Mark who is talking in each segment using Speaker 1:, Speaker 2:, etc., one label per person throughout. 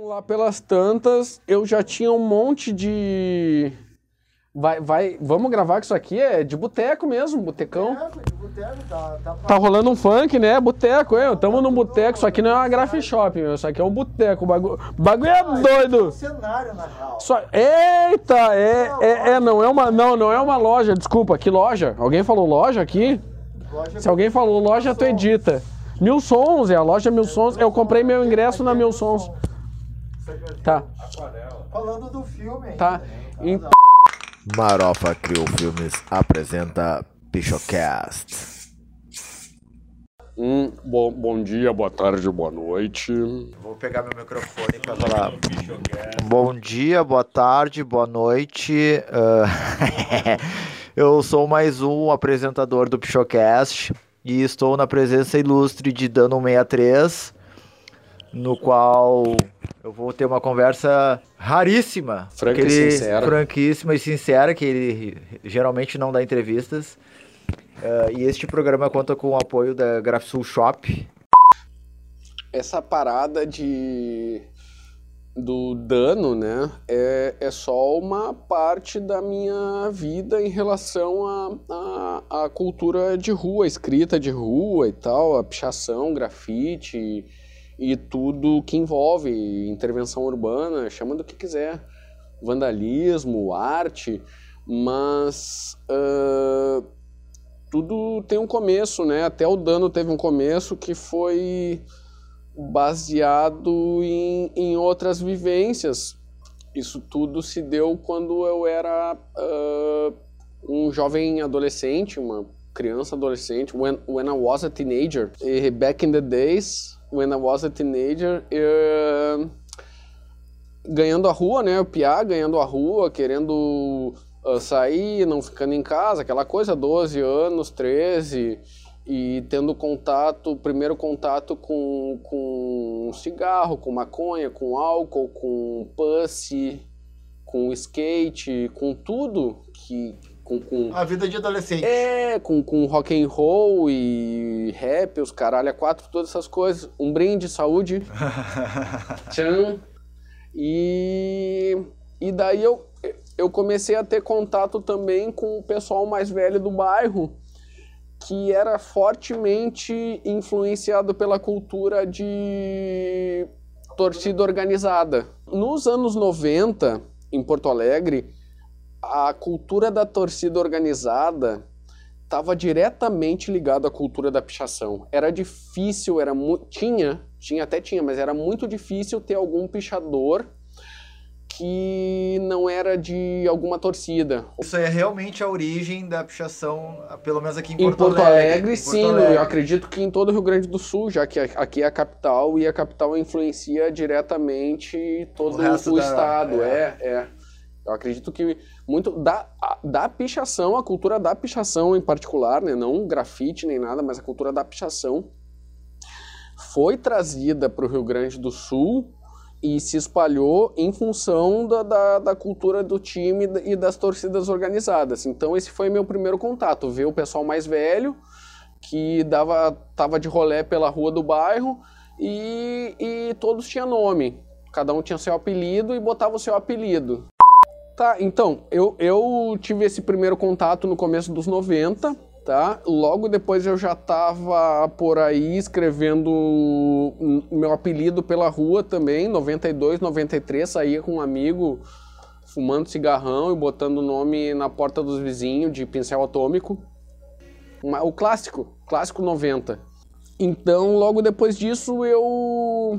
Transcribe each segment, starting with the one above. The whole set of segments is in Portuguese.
Speaker 1: Lá pelas tantas, eu já tinha um monte de... Vamos gravar que isso aqui é de boteco mesmo, botecão.
Speaker 2: De boteco,
Speaker 1: Tá rolando um funk, né? Boteco, tamo num boteco. Isso aqui não é uma graphic shop, meu. Isso aqui é um boteco. O bagulho é doido.
Speaker 2: É um cenário, na real.
Speaker 1: Eita, não é uma loja, desculpa. Que loja? Alguém falou loja aqui? Se alguém falou loja, tu edita. Mil Sons, é a loja Mil Sons. Eu comprei meu ingresso na Mil Sons. Tá.
Speaker 2: Falando do filme ainda,
Speaker 1: Tá.
Speaker 2: né?
Speaker 3: Marofa Crew Filmes apresenta Pichocast.
Speaker 1: Bom dia, boa tarde, boa noite.
Speaker 3: Vou pegar meu microfone para falar. Bom dia, boa tarde, boa noite. Eu sou mais um apresentador do Pichocast e estou na presença ilustre de Dano63, no qual eu vou ter uma conversa raríssima, franquíssima e sincera, que ele geralmente não dá entrevistas. E este programa conta com o apoio da Grafsul Shop.
Speaker 1: Essa parada do dano, né, é só uma parte da minha vida em relação à cultura de rua, escrita de rua e tal, a pichação, grafite e tudo que envolve intervenção urbana, chama do que quiser, vandalismo, arte, mas tudo tem um começo, né? Até o dano teve um começo que foi baseado em outras vivências. Isso tudo se deu quando eu era um jovem adolescente, uma criança adolescente, when I was a teenager. E back in the days, when I was a teenager, ganhando a rua, né? O piá ganhando a rua, querendo sair, não ficando em casa, aquela coisa, 12 anos, 13, e tendo primeiro contato com cigarro, com maconha, com álcool, com pussy, com skate, com tudo que...
Speaker 2: A vida de adolescente.
Speaker 1: Com rock and roll e rap, os caralho a quatro, todas essas coisas. Um brinde, saúde. Tchan. E daí eu comecei a ter contato também com o pessoal mais velho do bairro, que era fortemente influenciado pela cultura de torcida organizada. Nos anos 90, em Porto Alegre, a cultura da torcida organizada estava diretamente ligada à cultura da pichação. Era difícil, tinha, mas era muito difícil ter algum pichador que não era de alguma torcida.
Speaker 2: Isso é realmente a origem da pichação, pelo menos aqui
Speaker 1: em Porto Alegre. Sim, eu acredito que em todo o Rio Grande do Sul, já que aqui é a capital e a capital influencia diretamente todo o estado. Eu acredito que muito da pichação, a cultura da pichação em particular, né, não grafite nem nada, mas a cultura da pichação foi trazida para o Rio Grande do Sul e se espalhou em função da cultura do time e das torcidas organizadas. Então esse foi meu primeiro contato, ver o pessoal mais velho que tava de rolê pela rua do bairro e todos tinham nome. Cada um tinha seu apelido e botava o seu apelido. Tá, então, eu tive esse primeiro contato no começo dos 90, tá? Logo depois eu já tava por aí escrevendo meu apelido pela rua também, 92, 93, saía com um amigo fumando cigarrão e botando o nome na porta dos vizinhos de pincel atômico. O clássico 90. Então, logo depois disso eu...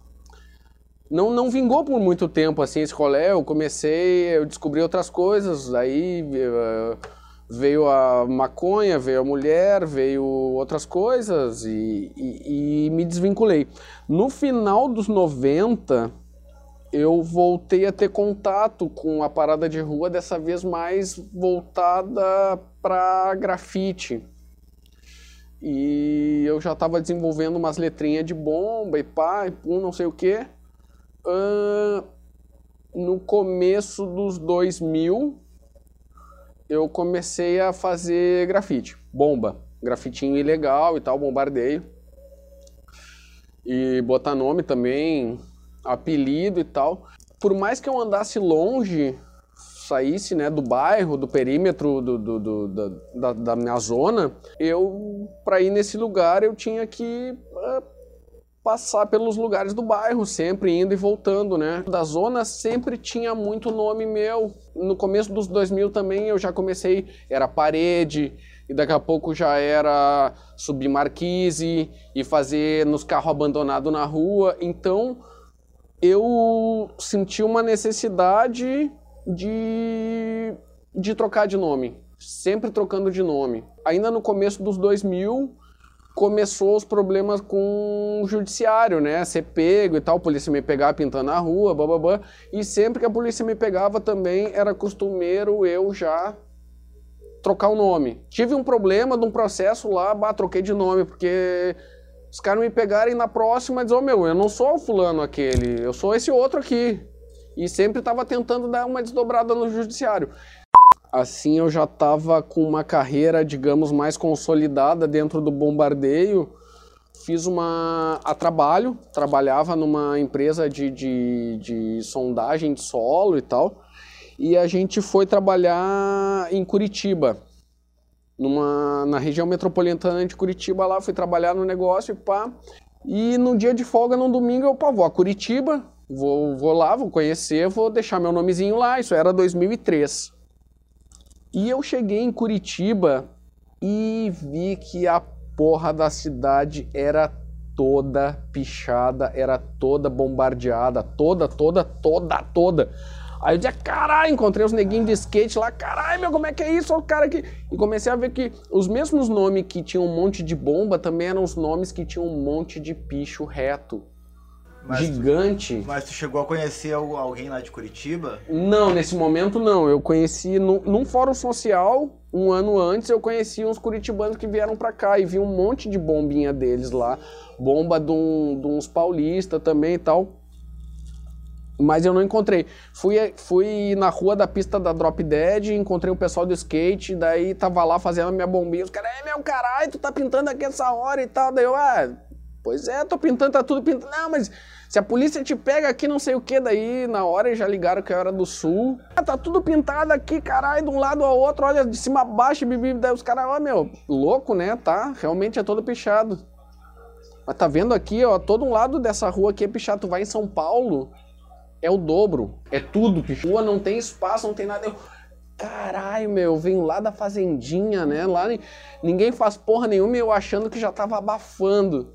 Speaker 1: Não vingou por muito tempo, assim, esse rolê. Eu descobri outras coisas, aí veio a maconha, veio a mulher, veio outras coisas e me desvinculei. No final dos 90, eu voltei a ter contato com a parada de rua, dessa vez mais voltada para grafite. E eu já estava desenvolvendo umas letrinhas de bomba e pá, e pum, não sei o quê. No começo dos 2000, eu comecei a fazer grafite, bomba, grafitinho ilegal e tal, bombardeio. E botar nome também, apelido e tal. Por mais que eu andasse longe, saísse, né, do bairro, do perímetro da minha zona, para ir nesse lugar, eu tinha que passar pelos lugares do bairro, sempre indo e voltando, né? Da zona sempre tinha muito nome meu. No começo dos 2000 também eu já comecei, era Parede, e daqui a pouco já era subir marquise e fazer nos carros abandonados na rua. Então eu senti uma necessidade de trocar de nome, sempre trocando de nome. Ainda no começo dos 2000, começou os problemas com o judiciário, né? Ser pego e tal, a polícia me pegava pintando a rua, bababá. E sempre que a polícia me pegava também era costumeiro eu já trocar o nome. Tive um problema de um processo lá, troquei de nome, porque os caras me pegaram e na próxima diziam, eu não sou o fulano aquele, eu sou esse outro aqui. E sempre estava tentando dar uma desdobrada no judiciário. Assim eu já estava com uma carreira, digamos, mais consolidada dentro do bombardeio. Fiz trabalhava numa empresa de sondagem de solo e tal. E a gente foi trabalhar em Curitiba, na região metropolitana de Curitiba lá, fui trabalhar no negócio e pá. E no dia de folga, no domingo, eu vou a Curitiba, vou lá, vou conhecer, vou deixar meu nomezinho lá, isso era 2003. E eu cheguei em Curitiba e vi que a porra da cidade era toda pichada, era toda bombardeada, toda. Aí eu dizia, caralho, encontrei os neguinhos de skate lá, caralho, como é que é isso, o cara aqui? E comecei a ver que os mesmos nomes que tinham um monte de bomba também eram os nomes que tinham um monte de picho reto. Gigante.
Speaker 2: Mas tu chegou a conhecer alguém lá de Curitiba?
Speaker 1: Não, nesse momento não. Eu conheci num fórum social, um ano antes, eu conheci uns curitibanos que vieram pra cá e vi um monte de bombinha deles lá. Bomba de uns paulistas também e tal. Mas eu não encontrei. Fui na rua da pista da Drop Dead, encontrei o pessoal do skate, daí tava lá fazendo a minha bombinha. Os caras, meu caralho, tu tá pintando aqui essa hora e tal. Daí eu, pois é, tô pintando, tá tudo pintando. Não, mas se a polícia te pega aqui, não sei o que, daí na hora eles já ligaram que eu era do sul. Tá tudo pintado aqui, caralho, de um lado ao outro, olha, de cima a baixo, daí os caras, louco, né, tá? Realmente é todo pichado. Mas tá vendo aqui, ó, todo um lado dessa rua aqui é pichado. Tu vai em São Paulo, é o dobro, é tudo pichado. Rua não tem espaço, não tem nada. Caralho, eu venho lá da fazendinha, né, lá ninguém faz porra nenhuma e eu achando que já tava abafando.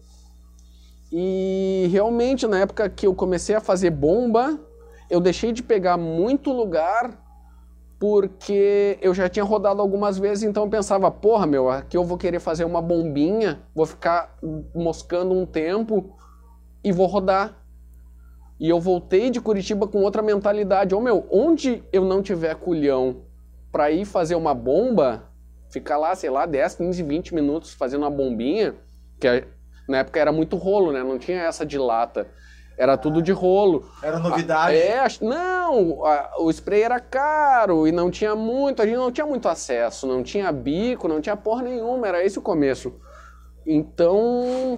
Speaker 1: E realmente, na época que eu comecei a fazer bomba, eu deixei de pegar muito lugar porque eu já tinha rodado algumas vezes, então eu pensava, porra, aqui eu vou querer fazer uma bombinha, vou ficar moscando um tempo e vou rodar. E eu voltei de Curitiba com outra mentalidade. Onde eu não tiver culhão pra ir fazer uma bomba, ficar lá, sei lá, 10, 15, 20 minutos fazendo uma bombinha, que na época era muito rolo, né? Não tinha essa de lata. Era tudo de rolo.
Speaker 2: Era novidade?
Speaker 1: O spray era caro e não tinha muito, a gente não tinha muito acesso, não tinha bico, não tinha porra nenhuma, era esse o começo. Então,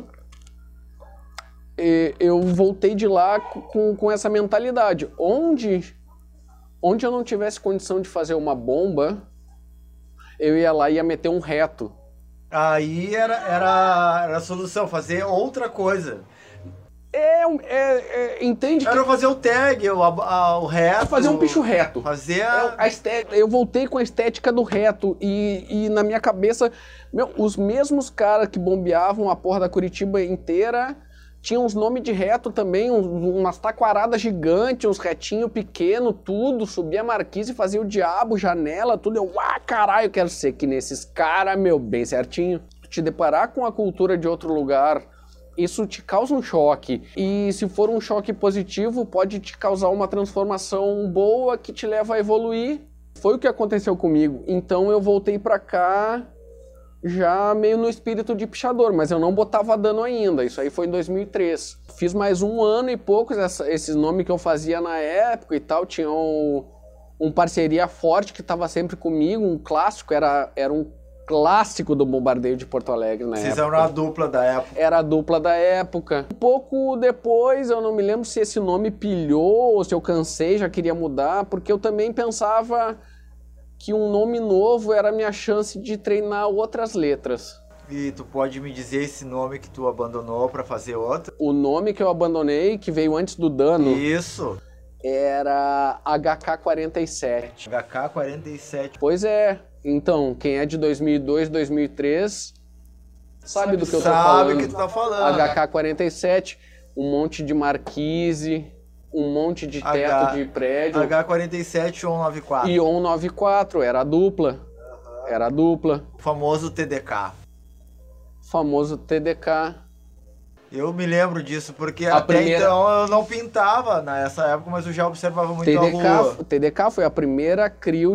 Speaker 1: eu voltei de lá com essa mentalidade. Onde eu não tivesse condição de fazer uma bomba, eu ia lá e ia meter um reto.
Speaker 2: Aí era a solução, fazer outra coisa.
Speaker 1: Entende?
Speaker 2: Era fazer o tag, o reto.
Speaker 1: Fazer um picho reto.
Speaker 2: Fazer
Speaker 1: a estética. Eu voltei com a estética do reto e na minha cabeça, os mesmos caras que bombeavam a porra da Curitiba inteira tinham uns nomes de reto também, umas taquaradas gigantes, uns retinhos pequenos, tudo, subia a marquise, fazia o diabo, janela, tudo. Eu, caralho, eu quero ser que nesses caras, bem certinho. Te deparar com a cultura de outro lugar, isso te causa um choque. E se for um choque positivo, pode te causar uma transformação boa que te leva a evoluir. Foi o que aconteceu comigo. Então eu voltei pra cá já meio no espírito de pichador, mas eu não botava dano ainda. Isso aí foi em 2003. Fiz mais um ano e poucos, esses nomes que eu fazia na época e tal, tinha um parceria forte que estava sempre comigo, um clássico, era clássico do Bombardeio de Porto Alegre na época.
Speaker 2: Vocês eram a dupla da época.
Speaker 1: Era a dupla da época. Um pouco depois, eu não me lembro se esse nome pilhou ou se eu cansei, já queria mudar, porque eu também pensava que um nome novo era a minha chance de treinar outras letras.
Speaker 2: E tu pode me dizer esse nome que tu abandonou pra fazer outro?
Speaker 1: O nome que eu abandonei, que veio antes do Dano...
Speaker 2: Isso!
Speaker 1: Era HK47.
Speaker 2: HK47.
Speaker 1: Pois é. Então, quem é de 2002, 2003, sabe do que eu tô falando.
Speaker 2: Sabe o que tu tá falando.
Speaker 1: HK47, um monte de marquise, um monte de teto de prédio.
Speaker 2: H47 ou 194.
Speaker 1: E 194, era a dupla. Era a dupla.
Speaker 2: O famoso TDK.
Speaker 1: Famoso TDK.
Speaker 2: Eu me lembro disso, porque
Speaker 1: A
Speaker 2: até
Speaker 1: primeira-
Speaker 2: então eu não pintava nessa época, mas eu já observava muito a
Speaker 1: TDK,
Speaker 2: rua.
Speaker 1: TDK foi a primeira crew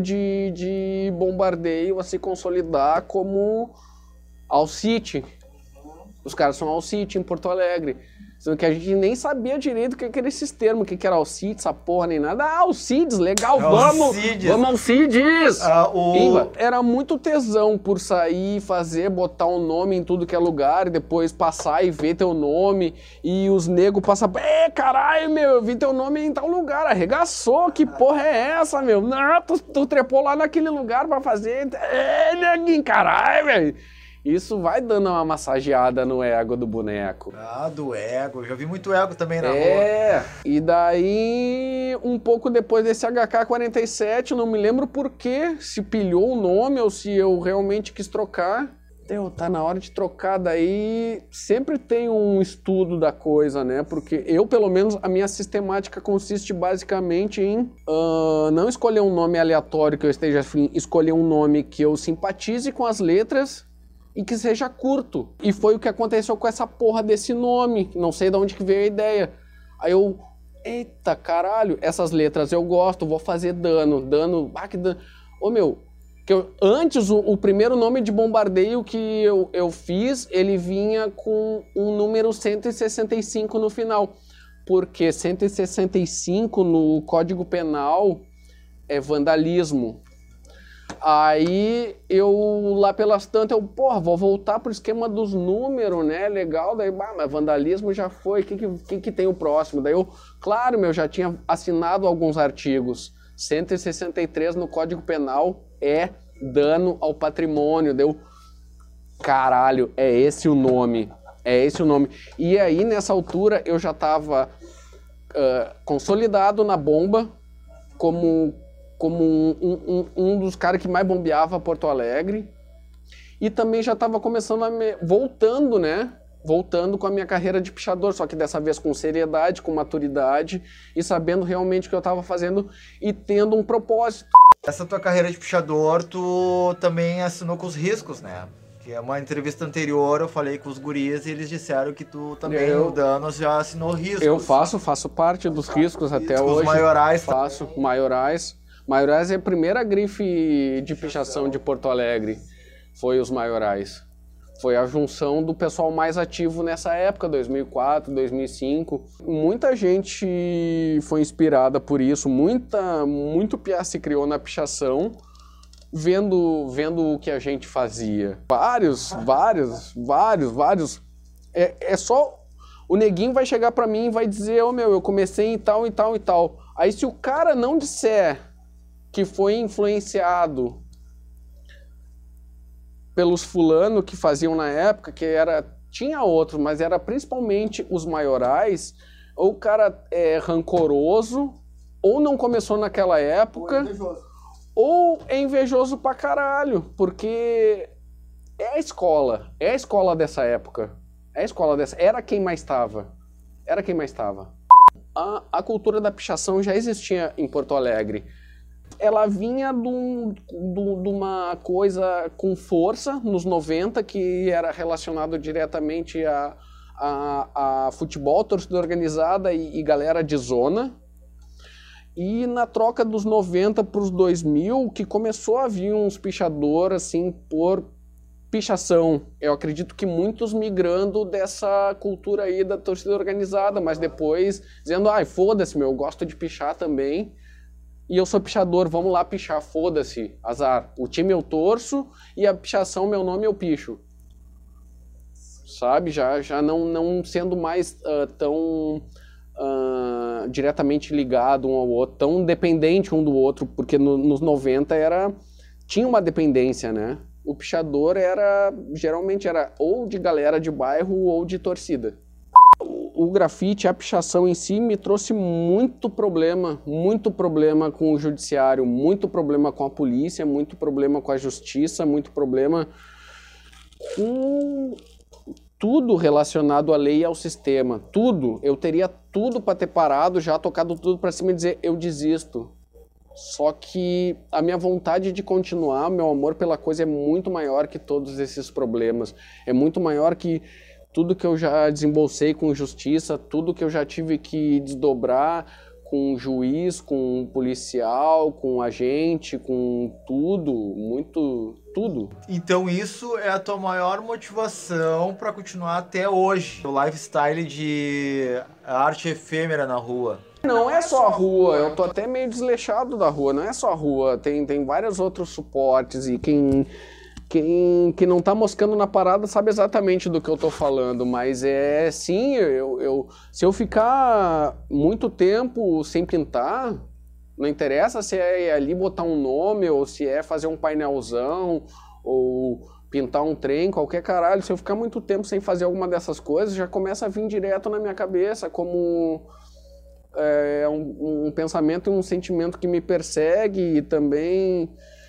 Speaker 1: de bombardeio a se consolidar como All City. Os caras são All City em Porto Alegre. Sendo que a gente nem sabia direito o que era esses termos, o que era All City, essa porra, nem nada. Ah, Alcides, legal, vamos! Vamos Alcides! Era muito tesão por sair, fazer, botar um nome em tudo que é lugar, e depois passar e ver teu nome, e os negros passam, caralho, meu, eu vi teu nome em tal lugar, arregaçou, que porra é essa, meu? Não, tu trepou lá naquele lugar pra fazer, neguinho, caralho, velho. Isso vai dando uma massageada no ego do boneco.
Speaker 2: Ah, do ego. Eu já vi muito ego também na rua.
Speaker 1: E daí, um pouco depois desse HK47, eu não me lembro por que, se pilhou o nome ou se eu realmente quis trocar. Tá na hora de trocar, daí sempre tem um estudo da coisa, né? Porque eu, pelo menos, a minha sistemática consiste basicamente em não escolher um nome aleatório que eu esteja afim, escolher um nome que eu simpatize com as letras e que seja curto. E foi o que aconteceu com essa porra desse nome. Não sei de onde que veio a ideia. Aí eu... Eita, caralho, essas letras eu gosto, vou fazer Dano. Que dano. Ô, meu... Antes, o primeiro nome de bombardeio que eu fiz, ele vinha com um número 165 no final. Porque 165 no Código Penal é vandalismo. Aí eu, lá pelas tantas, vou voltar pro esquema dos números, né? Legal, daí, mas vandalismo já foi, que tem o próximo? Daí eu, claro, meu, já tinha assinado alguns artigos. 163 no Código Penal é dano ao patrimônio. Daí eu, caralho, é esse o nome. E aí, nessa altura, eu já tava consolidado na bomba como um dos caras que mais bombeava Porto Alegre. E também já estava começando voltando, né? Voltando com a minha carreira de pichador, só que dessa vez com seriedade, com maturidade e sabendo realmente o que eu estava fazendo e tendo um propósito.
Speaker 2: Essa tua carreira de pichador, tu também assinou com os riscos, né? Que é uma entrevista anterior, eu falei com os guris e eles disseram que tu também, o Danos, já assinou riscos.
Speaker 1: Eu faço parte dos riscos até hoje.
Speaker 2: Os maiorais.
Speaker 1: Faço, maiorais. Maiorais é a primeira grife de pichação de Porto Alegre, foi os maiorais. Foi a junção do pessoal mais ativo nessa época, 2004, 2005. Muita gente foi inspirada por isso, muito piá se criou na pichação, vendo o que a gente fazia. Vários. É só... O neguinho vai chegar pra mim e vai dizer, meu, eu comecei em tal e tal e tal. Aí se o cara não disser que foi influenciado pelos fulano que faziam na época, tinha outros, mas era principalmente os maiorais, ou o cara é rancoroso, ou não começou naquela época, ou é invejoso pra caralho, porque é a escola dessa época, era quem mais estava, A cultura da pichação já existia em Porto Alegre. Ela vinha de uma coisa com força nos 90, que era relacionado diretamente a futebol, torcida organizada e galera de zona. E na troca dos 90 para os 2000, que começou a vir uns pichadores assim, por pichação. Eu acredito que muitos migrando dessa cultura aí da torcida organizada, mas depois dizendo, foda-se, meu, eu gosto de pichar também. e eu sou pichador, vamos lá pichar, foda-se, azar. O time eu torço e a pichação, meu nome eu picho. Sabe? Já não sendo mais tão diretamente ligado um ao outro, tão dependente um do outro, porque nos 90 tinha uma dependência, né? O pichador geralmente era ou de galera de bairro ou de torcida. O grafite, a pichação em si me trouxe muito problema com o judiciário, muito problema com a polícia, muito problema com a justiça, muito problema com tudo relacionado à lei e ao sistema, tudo. Eu teria tudo para ter parado, já tocado tudo para cima e dizer eu desisto. Só que a minha vontade de continuar, meu amor pela coisa é muito maior que todos esses problemas. É muito maior que tudo que eu já desembolsei com justiça, tudo que eu já tive que desdobrar com juiz, com policial, com agente, com tudo, tudo.
Speaker 2: Então isso é a tua maior motivação para continuar até hoje, o lifestyle de arte efêmera na rua.
Speaker 1: Não é só a rua, eu tô até meio desleixado da rua, não é só a rua, tem vários outros suportes e quem não tá moscando na parada sabe exatamente do que eu tô falando, mas sim, se eu ficar muito tempo sem pintar, não interessa se é ali botar um nome ou se é fazer um painelzão ou pintar um trem, qualquer caralho, se eu ficar muito tempo sem fazer alguma dessas coisas, já começa a vir direto na minha cabeça como um pensamento e um sentimento que me persegue e também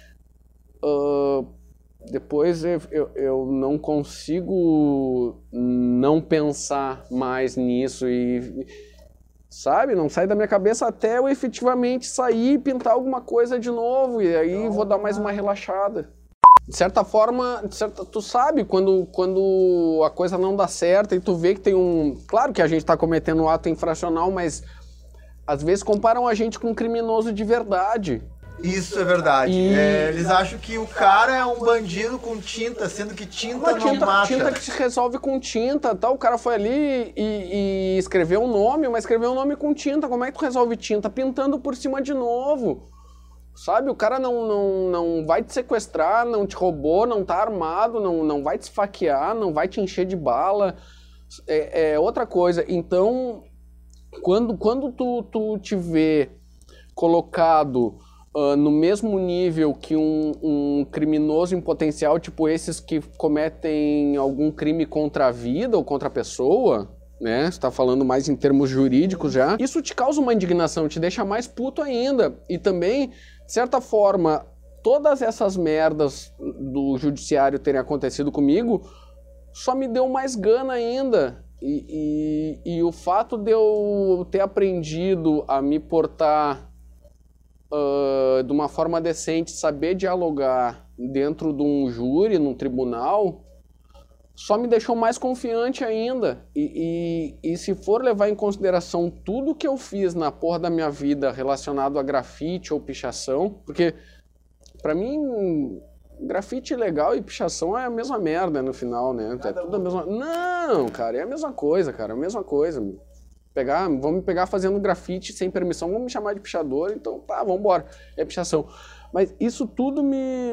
Speaker 1: depois eu não consigo não pensar mais nisso e, sabe, não sai da minha cabeça até eu efetivamente sair e pintar alguma coisa de novo e aí vou dar mais uma relaxada. De certa forma, tu sabe quando a coisa não dá certo e tu vê que tem Claro que a gente tá cometendo um ato infracional, mas às vezes comparam a gente com um criminoso de verdade.
Speaker 2: Isso é verdade. Eles acham que o cara é um bandido com tinta, sendo que tinta não mata.
Speaker 1: Tinta que se resolve com tinta, tá? O cara foi ali e escreveu um nome, mas escreveu um nome com tinta. Como é que tu resolve tinta? Pintando por cima de novo. Sabe? O cara não vai te sequestrar, não te roubou, não tá armado, não vai te esfaquear, não vai te encher de bala. É outra coisa. Então, quando tu te vê colocado no mesmo nível que um criminoso em potencial, tipo esses que cometem algum crime contra a vida ou contra a pessoa, né? Você tá falando mais em termos jurídicos já. Isso te causa uma indignação, te deixa mais puto ainda. E também, de certa forma, todas essas merdas do judiciário terem acontecido comigo só me deu mais gana ainda. E o fato de eu ter aprendido a me portar de uma forma decente, saber dialogar dentro de um júri, num tribunal, só me deixou mais confiante ainda. E se for levar em consideração tudo que eu fiz na porra da minha vida relacionado a grafite ou pichação, porque pra mim grafite legal e pichação é a mesma merda no final, né? É tudo a mesma... Não, cara, é a mesma coisa, cara, é a mesma coisa. Vamos me pegar fazendo grafite sem permissão, vamos me chamar de pichador, então tá, vamos embora, é pichação. Mas isso tudo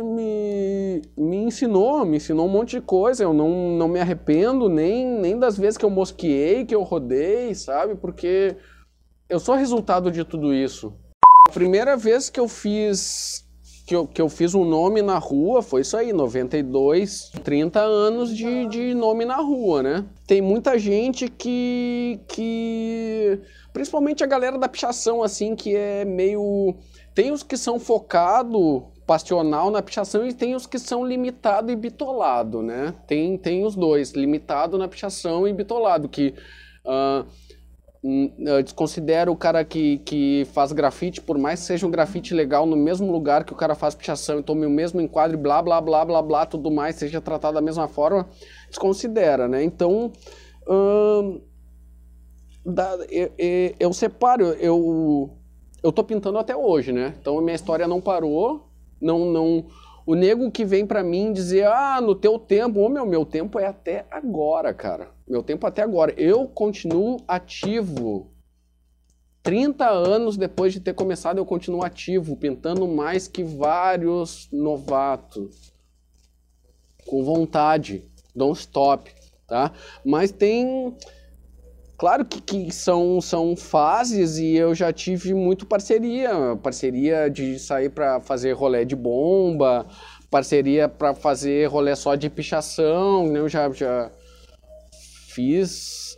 Speaker 1: me ensinou um monte de coisa, eu não me arrependo nem das vezes que eu mosqueei, que eu rodei, sabe? Porque eu sou resultado de tudo isso. A primeira vez que eu fiz um nome na rua foi isso aí, 92, 30 anos de nome na rua, né? Tem muita gente que principalmente a galera da pichação, assim, que é meio... Tem os que são focado, passional na pichação e tem os que são limitado e bitolado, né? Tem os dois, limitado na pichação e bitolado, que... eu desconsidero o cara que faz grafite, por mais que seja um grafite legal no mesmo lugar que o cara faz pichação e tome o mesmo enquadro e blá blá blá blá blá, tudo mais, seja tratado da mesma forma, desconsidera, né? Então, eu separo, eu tô pintando até hoje, né? Então a minha história não parou, o nego que vem pra mim dizer, no teu tempo, meu tempo é até agora, cara. Meu tempo até agora. Eu continuo ativo. 30 anos depois de ter começado, eu continuo ativo, pintando mais que vários novatos. Com vontade, don't stop, tá? Mas tem... Claro que são fases e eu já tive muito parceria de sair para fazer rolê de bomba, parceria para fazer rolê só de pichação, né? Eu já fiz...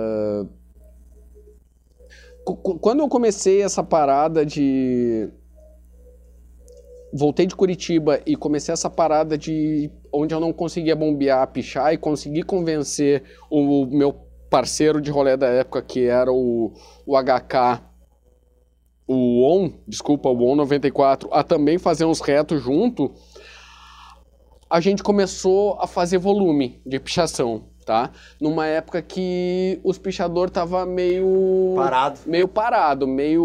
Speaker 1: Quando eu comecei essa parada de... Voltei de Curitiba e comecei essa parada de... Onde eu não conseguia bombear, pichar e consegui convencer o meu parceiro de rolê da época, que era o HK, o ON 94, a também fazer uns retos junto, a gente começou a fazer volume de pichação, tá? Numa época que os pichador tava meio parado,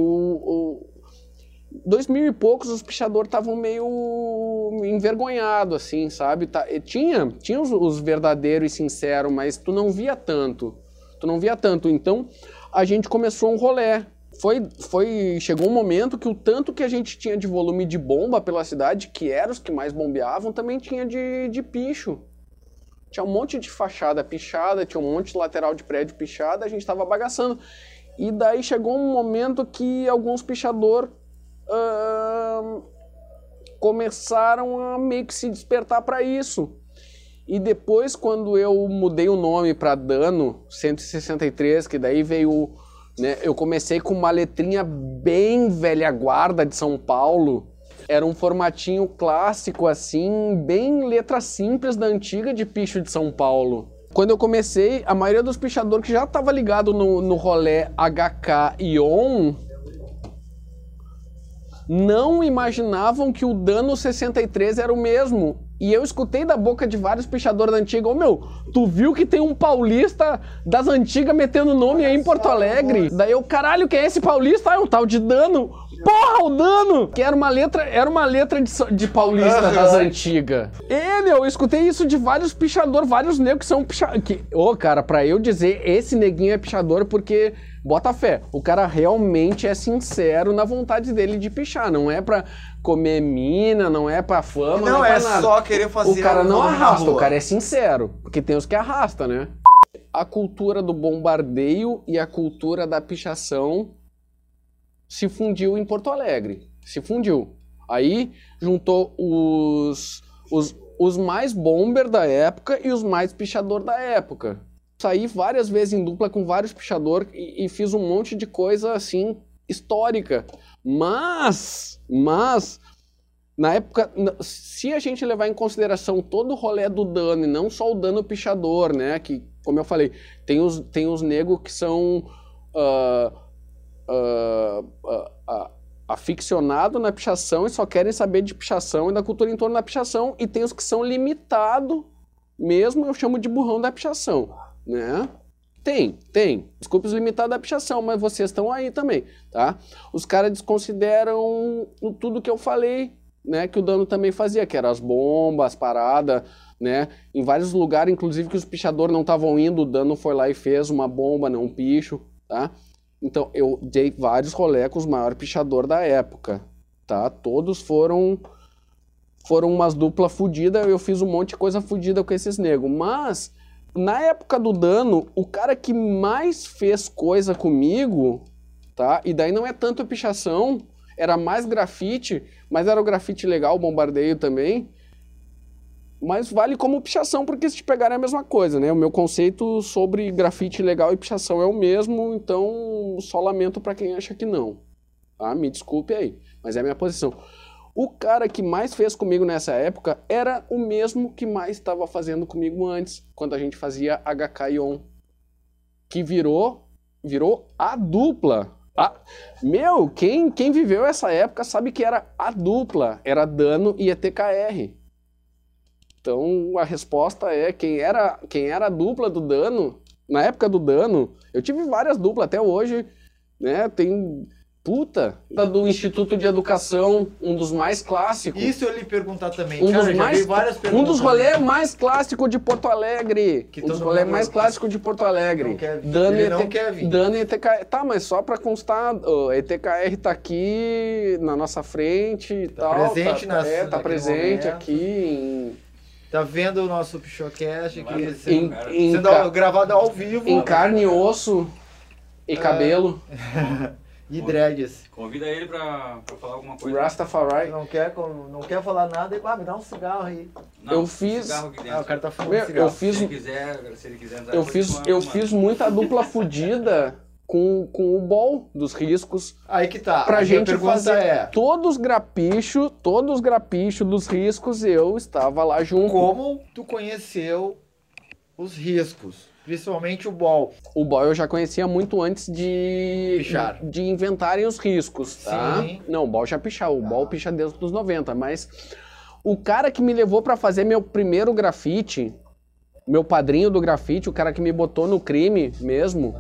Speaker 1: 2000 e poucos os pichador estavam meio envergonhado, assim, sabe? Tinha os verdadeiros e sinceros, mas tu não via tanto. Então, a gente começou um rolê. Chegou um momento que o tanto que a gente tinha de volume de bomba pela cidade, que eram os que mais bombeavam, também tinha de picho. Tinha um monte de fachada pichada, tinha um monte de lateral de prédio pichada, a gente tava bagaçando. E daí chegou um momento que alguns pichador começaram a meio que se despertar para isso. E depois, quando eu mudei o nome para Dano 163, que daí veio, né, eu comecei com uma letrinha bem velha guarda de São Paulo. Era um formatinho clássico, assim, bem letra simples da antiga de picho de São Paulo. Quando eu comecei, a maioria dos pichadores que já estava ligado no rolê HK e ON não imaginavam que o Dano 63 era o mesmo. E eu escutei da boca de vários pichadores da antiga: ô meu, tu viu que tem um paulista das antigas metendo nome aí em Porto Alegre? Daí eu, caralho, quem é esse paulista? Ah, é um tal de Dano. Porra, o Dano! Que era uma letra de paulista das antigas. Meu, eu escutei isso de vários pichadores, vários negros que são pichadores. Ô, cara, pra eu dizer esse neguinho é pichador, porque... Bota fé, o cara realmente é sincero na vontade dele de pichar, não é pra comer mina, não é pra fama, não é pra nada.
Speaker 2: Só querer fazer...
Speaker 1: O cara não arrasta, o cara é sincero, porque tem os que arrasta, né? A cultura do bombardeio e a cultura da pichação se fundiu em Porto Alegre, se fundiu. Aí juntou os mais bomber da época e os mais pichador da época. Saí várias vezes em dupla com vários pichadores e fiz um monte de coisa, assim, histórica. Mas, na época, se a gente levar em consideração todo o rolê do Dano, e não só o Dano pichador, né, que, como eu falei, tem os negros que são aficionados na pichação e só querem saber de pichação e da cultura em torno da pichação, e tem os que são limitados, mesmo eu chamo de burrão da pichação. Né? Tem. Desculpa os limitados da pichação, mas vocês estão aí também, tá? Os caras desconsideram tudo que eu falei, né? Que o Dano também fazia, que eram as bombas, as paradas, né? Em vários lugares, inclusive, que os pichadores não estavam indo, o Dano foi lá e fez uma bomba, não um picho, tá? Então, eu dei vários rolê com os maiores pichadores da época, tá? Todos foram umas duplas fodidas, eu fiz um monte de coisa fodida com esses negros, mas... Na época do Dano, o cara que mais fez coisa comigo, tá? E daí não é tanto a pichação, era mais grafite, mas era o grafite legal, o bombardeio também. Mas vale como pichação, porque se te pegar é a mesma coisa, né? O meu conceito sobre grafite legal e pichação é o mesmo, então só lamento pra quem acha que não. Tá? Me desculpe aí, mas é a minha posição. O cara que mais fez comigo nessa época era o mesmo que mais estava fazendo comigo antes, quando a gente fazia HK e ON. Que virou a dupla. Meu, quem viveu essa época sabe que era a dupla. Era Dano e ETKR. Então a resposta é quem era a dupla do Dano. Na época do Dano, eu tive várias duplas até hoje, né? Puta, do Instituto de Educação, um dos mais clássicos.
Speaker 2: Isso eu lhe perguntar também.
Speaker 1: Um
Speaker 2: Cara,
Speaker 1: dos mais,
Speaker 2: várias perguntas.
Speaker 1: Um dos rolês mais clássicos de Porto Alegre. Um dos rolês mais clássicos de Porto Alegre.
Speaker 2: Ele não quer vir.
Speaker 1: Dano ETKR. Tá, mas só pra constar, o ETKR tá aqui na nossa frente e tal.
Speaker 2: Presente
Speaker 1: tá presente aqui.
Speaker 2: Tá vendo o nosso Pichocast aqui sendo gravado ao vivo.
Speaker 1: Em carne, osso e cabelo.
Speaker 2: E dreads.
Speaker 4: Convida ele pra falar alguma coisa.
Speaker 1: Rastafari.
Speaker 2: Não quer falar nada, me dá um cigarro aí.
Speaker 4: Não,
Speaker 1: eu fiz.
Speaker 2: O cara tá fumando cigarro.
Speaker 1: Eu fiz.
Speaker 4: Se ele quiser entrar
Speaker 1: eu fiz muita dupla fudida com o bol dos riscos.
Speaker 2: Aí que tá.
Speaker 1: Pra gente fazer todos os grapichos dos riscos, eu estava lá junto.
Speaker 2: Como tu conheceu os riscos? Principalmente o bol.
Speaker 1: O bol eu já conhecia muito antes de inventarem os riscos, tá?
Speaker 2: Sim.
Speaker 1: Não, o bol já pichava. O bol picha desde os 90, mas o cara que me levou pra fazer meu primeiro grafite, meu padrinho do grafite, o cara que me botou no crime mesmo,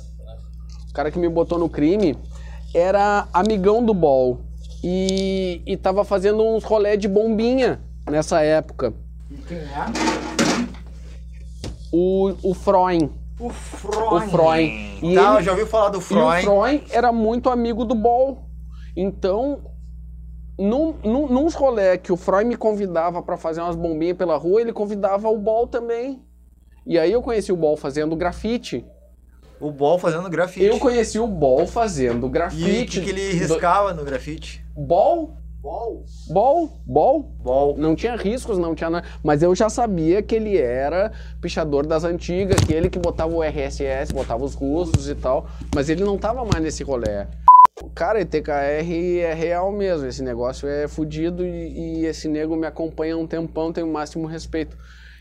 Speaker 1: era amigão do bol e tava fazendo uns rolê de bombinha nessa época.
Speaker 2: E quem é?
Speaker 1: O Freund.
Speaker 2: O Freund.
Speaker 1: E
Speaker 2: eu já ouvi falar do Freund.
Speaker 1: E o Freund era muito amigo do bol. Então, nos rolê que o Freund me convidava pra fazer umas bombinhas pela rua, ele convidava o bol também. E aí eu conheci o bol fazendo grafite.
Speaker 2: O bol fazendo grafite.
Speaker 1: Eu conheci o bol fazendo grafite.
Speaker 2: E o que ele riscava no grafite?
Speaker 1: Bol. Não tinha riscos, não tinha nada. Mas eu já sabia que ele era pichador das antigas, que ele que botava o RSS, botava os russos e tal. Mas ele não tava mais nesse rolê. Cara, ETKR é real mesmo. Esse negócio é fudido e esse nego me acompanha há um tempão, tenho o máximo respeito.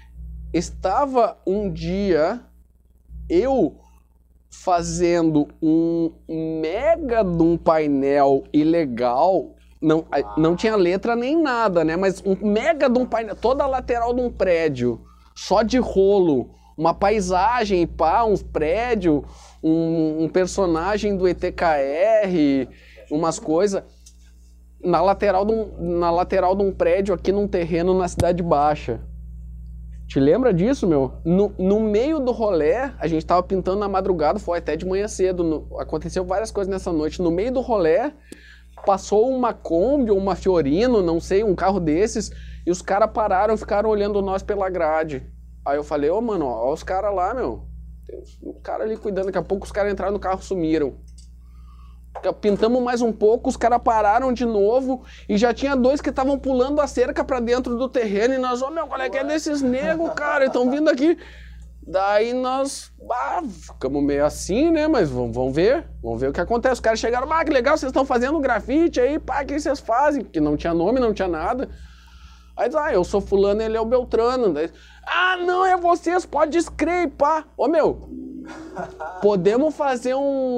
Speaker 1: Estava um dia eu fazendo um mega de um painel ilegal. Não tinha letra nem nada, né? Mas um mega de um painel, toda a lateral de um prédio, só de rolo, uma paisagem, pá, uns prédios, um personagem do ETKR, umas coisas, na lateral de um prédio aqui num terreno na Cidade Baixa. Te lembra disso, meu? No meio do rolê, a gente tava pintando na madrugada, foi até de manhã cedo, aconteceu várias coisas nessa noite. No meio do rolê, passou uma Kombi ou uma Fiorino, não sei, um carro desses, e os caras pararam, ficaram olhando nós pela grade. Aí eu falei, mano, ó os caras lá, meu. Tem um cara ali cuidando, daqui a pouco os caras entraram no carro e sumiram. Pintamos mais um pouco, os caras pararam de novo e já tinha dois que estavam pulando a cerca pra dentro do terreno e nós, meu, qual é que é desses negros, cara? Estão vindo aqui. Daí nós ficamos meio assim, né? Mas vamos ver o que acontece. Os caras chegaram, que legal, vocês estão fazendo grafite aí, o que vocês fazem? Porque não tinha nome, não tinha nada. Aí diz, eu sou fulano, ele é o Beltrano. Daí, não, é vocês, pode escrever, pá. Meu, podemos fazer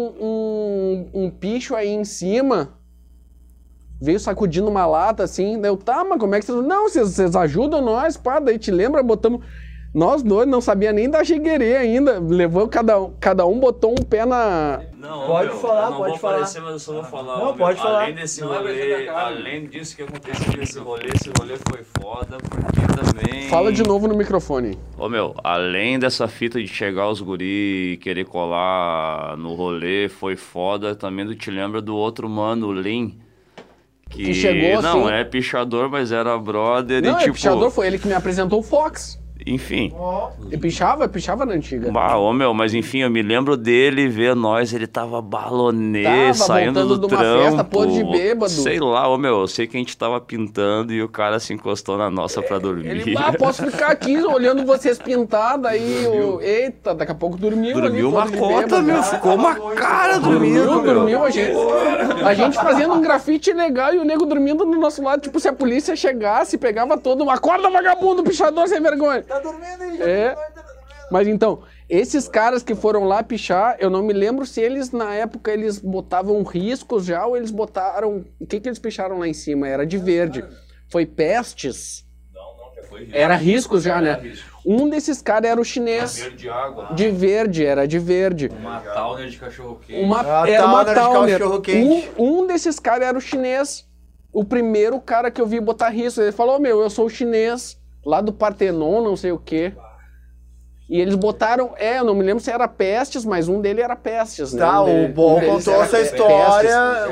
Speaker 1: um picho aí em cima? Veio sacudindo uma lata assim, daí eu, mas como é que vocês... Não, vocês ajudam nós, pá, daí te lembra, botamos... Nós dois não sabia nem da Jiguerê ainda, levou cada um botou um pé na...
Speaker 4: Não,
Speaker 2: pode falar,
Speaker 4: não
Speaker 2: pode falar.
Speaker 4: Aparecer, mas eu só vou falar.
Speaker 2: Não, pode falar.
Speaker 4: Além desse rolê, além disso que aconteceu nesse rolê, esse rolê foi foda, porque também...
Speaker 1: Fala de novo no microfone.
Speaker 4: Além dessa fita de chegar os guri e querer colar no rolê, foi foda, também tu te lembra do outro mano, o Lin, que chegou não, assim... é pichador, mas era brother
Speaker 1: não,
Speaker 4: e tipo...
Speaker 1: pichador, foi ele que me apresentou o Fox.
Speaker 4: Enfim.
Speaker 1: E pichava na antiga.
Speaker 4: Mas enfim, eu me lembro dele ver nós, ele tava balonê, saindo do
Speaker 1: de uma
Speaker 4: trampo.
Speaker 1: Festa, podre de bêbado.
Speaker 4: Sei lá, eu sei que a gente tava pintando e o cara se encostou na nossa pra dormir.
Speaker 1: Ele, posso ficar aqui olhando vocês pintar, daí eita, daqui a pouco dormiu ali,
Speaker 4: uma cota, meu, ficou uma cara dormindo.
Speaker 1: Dormiu a gente fazendo um grafite legal e o nego dormindo do nosso lado, tipo, se a polícia chegasse, pegava todo uma acorda, vagabundo, pichador sem vergonha.
Speaker 2: Tá dormindo aí,
Speaker 1: Mas então, esses caras que foram lá pichar, eu não me lembro se eles, na época, eles botavam riscos já ou eles botaram... O que eles picharam lá em cima? Era de verde. Foi pestes?
Speaker 4: Não,
Speaker 1: Era riscos já, né? Um desses caras era o chinês.
Speaker 4: Verde água.
Speaker 1: De verde, era de verde.
Speaker 4: Uma Towner de cachorro-quente.
Speaker 1: Era uma Towner. Um desses caras era o chinês. O primeiro cara que eu vi botar risco. Ele falou, eu sou o chinês, lá do Partenon, não sei o quê. E eles botaram, eu não me lembro se era Pestes, mas um dele era Pestes, né?
Speaker 2: Tá, o Bol contou essa história.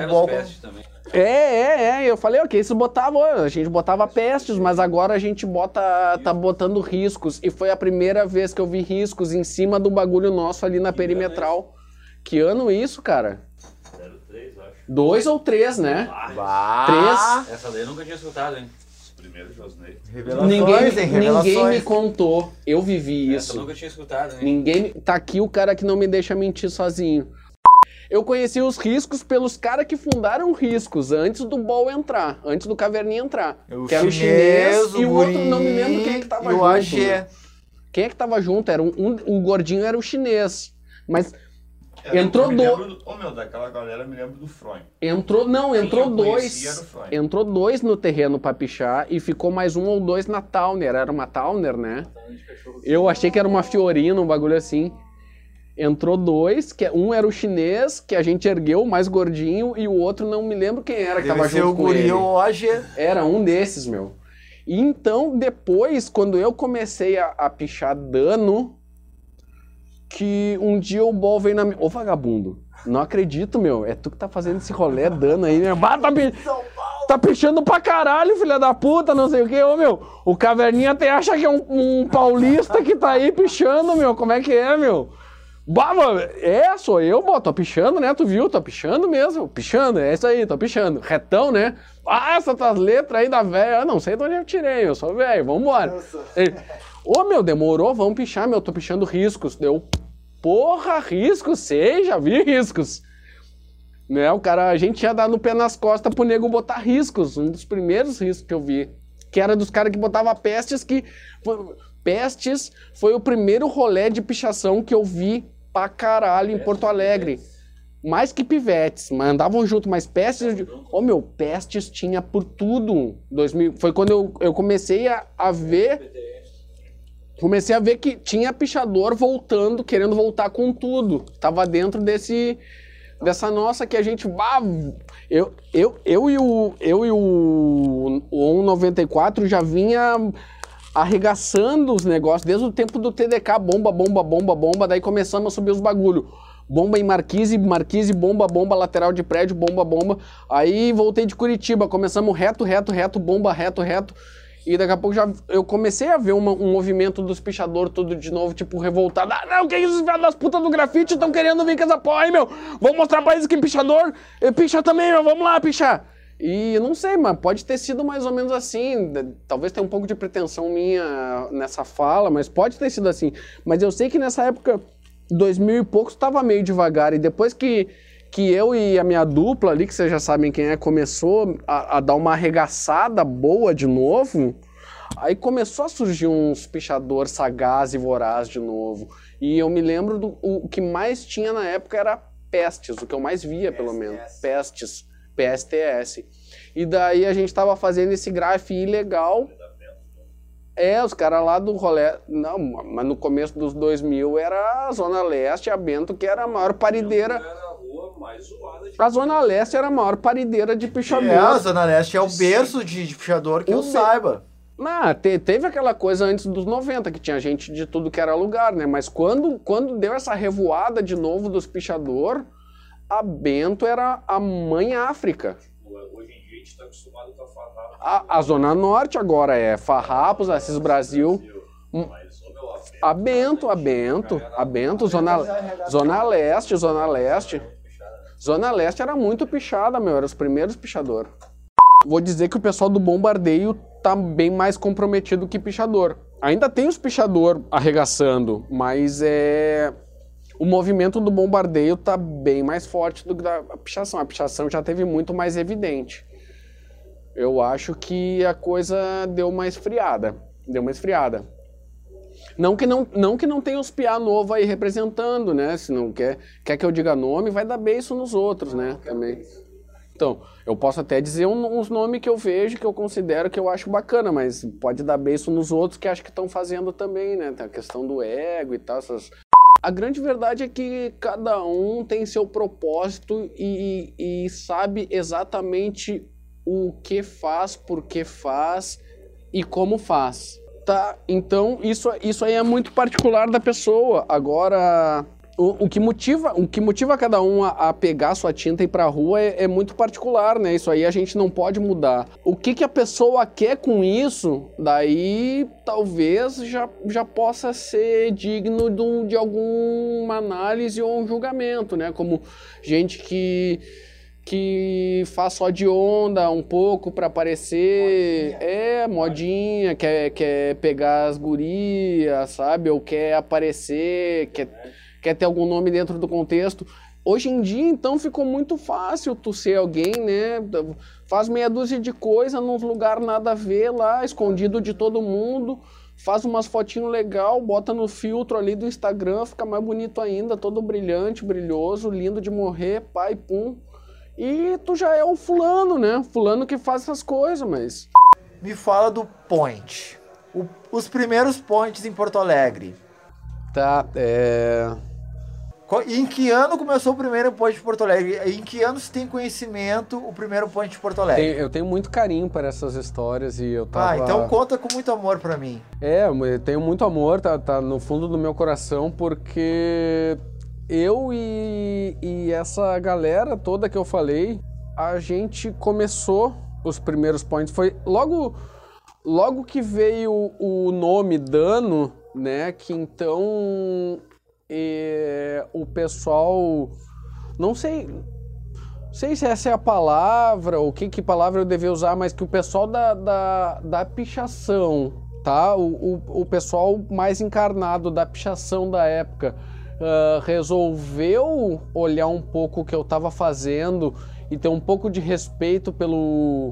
Speaker 1: Eu falei, ok, vocês botavam, a gente botava Pestes, mas agora a gente tá botando riscos. E foi a primeira vez que eu vi riscos em cima do bagulho nosso ali na Perimetral. Que ano isso, cara?
Speaker 4: 03, acho.
Speaker 1: 2 ou 3, né? 3.
Speaker 4: Essa daí eu nunca tinha escutado, hein? Primeiro Josnei.
Speaker 1: Ninguém me contou. Eu vivi isso.
Speaker 4: Essa eu nunca tinha escutado, hein?
Speaker 1: Ninguém. Tá aqui o cara que não me deixa mentir sozinho. Eu conheci os riscos pelos caras que fundaram riscos antes do Bol entrar, antes do Caverninha entrar.
Speaker 2: Que era o chinês
Speaker 1: e o outro, não me lembro quem é que tava junto.
Speaker 2: AG.
Speaker 1: Né? Quem é que tava junto? Era o gordinho era o chinês. Mas entrou
Speaker 4: daquela galera me lembro do Freud.
Speaker 1: Entrou 2. Entrou 2 no terreno pra pichar e ficou mais 1 ou 2 na Towner. Era uma Towner, né? Eu achei que era uma Fiorina, um bagulho assim. Entrou 2, um era o chinês, que a gente ergueu, o mais gordinho, e o outro não me lembro quem era que tava junto com ele.
Speaker 2: O AG.
Speaker 1: Era um desses, E então, depois, quando eu comecei a pichar dano, que um dia o Bol veio na minha... Ô, vagabundo, não acredito, é tu que tá fazendo esse rolê dano aí, né? Tá pichando pra caralho, filha da puta, não sei o que, o Caverninha até acha que é um paulista que tá aí pichando, como é que é, sou eu, tô pichando, né? Tu viu? Tô pichando mesmo. Pichando, é isso aí, tô pichando. Retão, né? Essas tuas letras aí da velha, eu não sei de onde eu tirei, eu sou velho, vambora. Demorou, vamos pichar, tô pichando riscos. Deu, porra, riscos, sei, já vi riscos. Né, a gente ia dar no pé nas costas pro nego botar riscos, um dos primeiros riscos que eu vi. Que era dos caras que botava Pestes, Pestes foi o primeiro rolê de pichação que eu vi pra caralho em Porto Alegre. Mais que Pivetes, mas andavam junto, mas Pestes... Pestes tinha por tudo. 2000, foi quando eu comecei a ver... Comecei a ver que tinha pichador voltando, querendo voltar com tudo. Tava dentro dessa nossa que a gente... Eu e o 194 já vinha... arregaçando os negócios, desde o tempo do TDK, bomba, daí começamos a subir os bagulho. Bomba em marquise, bomba, lateral de prédio, bomba. Aí voltei de Curitiba, começamos reto, bomba, reto. E daqui a pouco eu comecei a ver um movimento dos pichadores tudo de novo, tipo, revoltado. Não, que esses velhos das putas do grafite estão querendo vir com essa porra aí, Vamos mostrar pra eles que pichador picha também, vamos lá pichar. E eu não sei, mas pode ter sido mais ou menos assim. Talvez tenha um pouco de pretensão minha nessa fala, mas pode ter sido assim. Mas eu sei que nessa época, 2000 e poucos, estava meio devagar. E depois que eu e a minha dupla ali, que vocês já sabem quem é, começou a dar uma arregaçada boa de novo, aí começou a surgir uns pichadores sagaz e voraz de novo. E eu me lembro o que mais tinha na época era Pestes, o que eu mais via, pelo menos. Pestes. PSTS. E daí a gente tava fazendo esse graf ilegal. Os caras lá do rolê... Não, mas no começo dos 2000 era a Zona Leste, a Bento, que era a maior parideira... A Zona Leste era a maior parideira de pichador.
Speaker 2: A Zona Leste é o berço de pichador que eu saiba.
Speaker 1: Teve aquela coisa antes dos 90, que tinha gente de tudo que era lugar, né? Mas quando deu essa revoada de novo dos pichador... A Bento era a mãe África.
Speaker 4: Hoje em dia a gente está acostumado com a Farrapos.
Speaker 1: A Zona Norte agora é Farrapos, Assis Brasil. A Bento, Zona Leste. Zona Leste era muito pichada, era os primeiros pichador. Vou dizer que o pessoal do bombardeio tá bem mais comprometido que pichador. Ainda tem os pichador arregaçando, mas o movimento do bombardeio tá bem mais forte do que da pichação. A pichação já teve muito mais evidente. Eu acho que a coisa deu uma esfriada. Não que não tenha os piá novo aí representando, né? Se não quer que eu diga nome, vai dar beiço nos outros, né? Também. Então, eu posso até dizer uns nomes que eu vejo, que eu considero, que eu acho bacana, mas pode dar beijo nos outros que acho que estão fazendo também, né? Tem a questão do ego e tal, essas... A grande verdade é que cada um tem seu propósito e sabe exatamente o que faz, por que faz e como faz. Tá? Então, isso aí é muito particular da pessoa. Agora... O que motiva cada um a pegar sua tinta e ir pra rua é muito particular, né? Isso aí a gente não pode mudar. O que a pessoa quer com isso, daí talvez já possa ser digno de alguma análise ou um julgamento, né? Como gente que faz só de onda um pouco pra aparecer, modinha, quer pegar as gurias, sabe? Ou quer aparecer, quer ter algum nome dentro do contexto. Hoje em dia, então, ficou muito fácil tu ser alguém, né? Faz meia dúzia de coisa num lugar nada a ver lá, escondido de todo mundo, faz umas fotinhos legal, bota no filtro ali do Instagram, fica mais bonito ainda, todo brilhante, brilhoso, lindo de morrer, pai, pum. E tu já é o fulano, né? Fulano que faz essas coisas, mas...
Speaker 2: Me fala do point. Os primeiros points em Porto Alegre.
Speaker 1: Tá,
Speaker 2: Em que ano começou o primeiro point de Porto Alegre? Em que ano você tem conhecimento o primeiro point de Porto Alegre?
Speaker 1: Eu tenho muito carinho para essas histórias e eu tava...
Speaker 2: então conta com muito amor pra mim.
Speaker 1: Eu tenho muito amor, tá no fundo do meu coração, porque eu e essa galera toda que eu falei, a gente começou os primeiros points, foi logo que veio o nome Dano, né, que então... o pessoal, não sei se essa é a palavra, ou que palavra eu devia usar, mas que o pessoal da pichação, tá? O pessoal mais encarnado da pichação da época resolveu olhar um pouco o que eu tava fazendo e ter um pouco de respeito pelo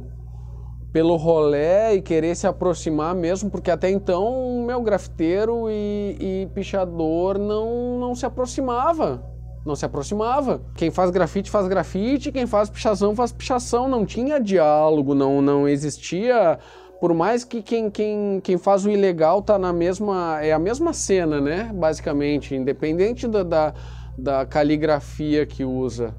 Speaker 1: rolê e querer se aproximar mesmo, porque até então meu grafiteiro e pichador não se aproximava. Não se aproximava. Quem faz grafite, quem faz pichação, faz pichação. Não tinha diálogo, não existia... Por mais que quem faz o ilegal tá na mesma... É a mesma cena, né? Basicamente, independente da caligrafia que usa.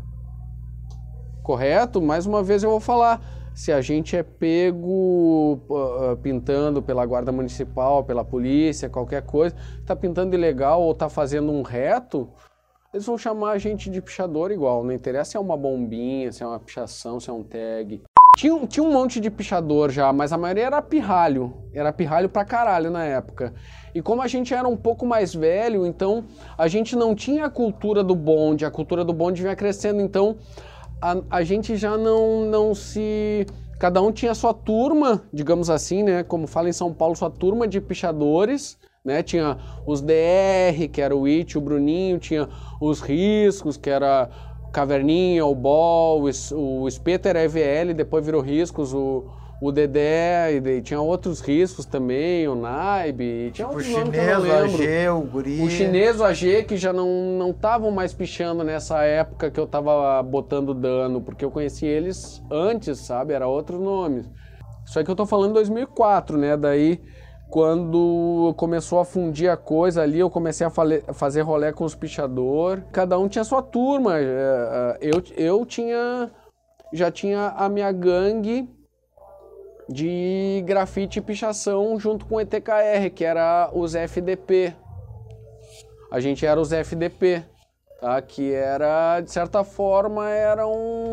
Speaker 1: Correto? Mais uma vez eu vou falar... Se a gente é pego pintando pela guarda municipal, pela polícia, qualquer coisa, tá pintando ilegal ou tá fazendo um reto, eles vão chamar a gente de pichador igual. Não interessa se é uma bombinha, se é uma pichação, se é um tag. Tinha um monte de pichador já, mas a maioria era pirralho. Era pirralho pra caralho na época. E como a gente era um pouco mais velho, então a gente não tinha a cultura do bonde. A cultura do bonde vinha crescendo, então... A gente já não se... Cada um tinha sua turma, digamos assim, né? Como fala em São Paulo, sua turma de pichadores, né? Tinha os DR, que era o It, o Bruninho, tinha os Riscos, que era Caverninha, o Bol, o Espeto era EVL, depois virou Riscos, o Dedé, e tinha outros Riscos também, o Naib, tinha outros nomes que eu não lembro. O chinês, o AG, o Guri. O chinês, o AG, que já não estavam mais pichando nessa época que eu tava botando Dano, porque eu conheci eles antes, sabe? Era outros nomes. Isso aí que eu tô falando em 2004, né? Daí, quando começou a fundir a coisa ali, eu comecei a fazer rolê com os pichador. Cada um tinha sua turma. Eu já tinha a minha gangue de grafite e pichação junto com o ETKR, que era os FDP. A gente era os FDP, tá? Que era, de certa forma, era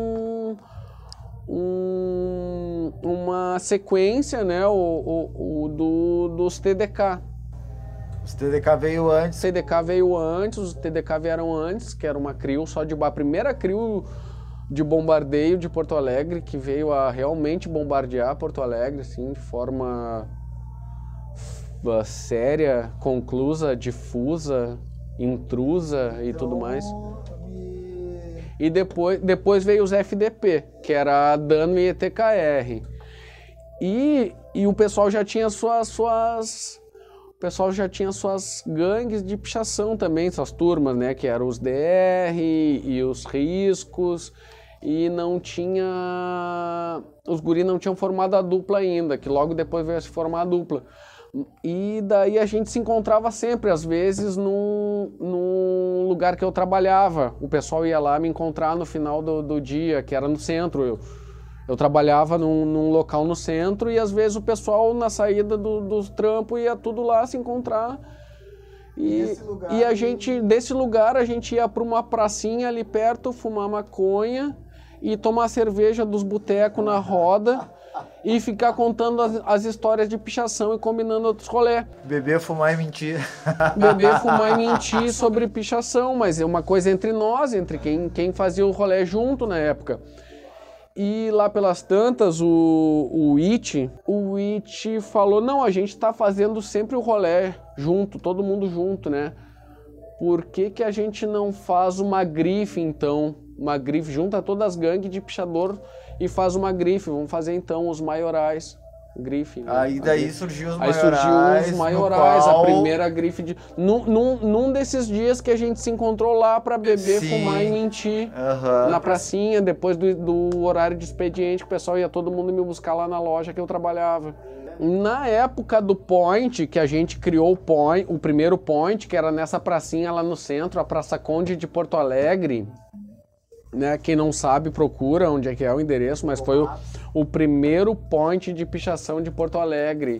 Speaker 1: uma sequência, né? Dos TDK.
Speaker 2: Os TDK veio antes.
Speaker 1: O TDK veio antes, os TDK vieram antes, que era uma CRIO só de... A primeira CRIO de bombardeio de Porto Alegre, que veio a realmente bombardear Porto Alegre, assim, de forma séria, conclusa, difusa, intrusa e tudo mais. E depois veio os FDP, que era Dano e ETKR. E o pessoal já tinha suas gangues de pichação também, suas turmas, né? Que eram os DR e os Riscos. e não tinha... Os guris não tinham formado a dupla ainda, que logo depois veio a se formar a dupla. E daí a gente se encontrava sempre, às vezes, num lugar que eu trabalhava. O pessoal ia lá me encontrar no final do dia, que era no centro. Eu trabalhava num local no centro e às vezes o pessoal na saída do trampo ia tudo lá se encontrar. E a gente, desse lugar, a gente ia para uma pracinha ali perto, fumar maconha e tomar cerveja dos botecos na roda e ficar contando as histórias de pichação e combinando outros rolê.
Speaker 2: Beber, fumar e mentir.
Speaker 1: Beber, fumar e mentir sobre pichação, mas é uma coisa entre nós, entre quem fazia o rolê junto na época. E lá pelas tantas, o It falou, não, a gente tá fazendo sempre o rolê junto, todo mundo junto, né? Por que a gente não faz uma grife, então? Uma grife, junta todas as gangues de pichador e faz uma grife. Vamos fazer, então, os maiorais. Grife, né?
Speaker 2: Aí daí surgiu os maiorais.
Speaker 1: Aí surgiu os maiorais, a primeira grife de... Num desses dias que a gente se encontrou lá pra beber, fumar e mentir. Na pracinha, depois do horário de expediente, que o pessoal ia todo mundo me buscar lá na loja que eu trabalhava. Na época do Point, que a gente criou o primeiro Point, que era nessa pracinha lá no centro, a Praça Conde de Porto Alegre, né? Quem não sabe, procura onde é que é o endereço, mas foi o primeiro point de pichação de Porto Alegre,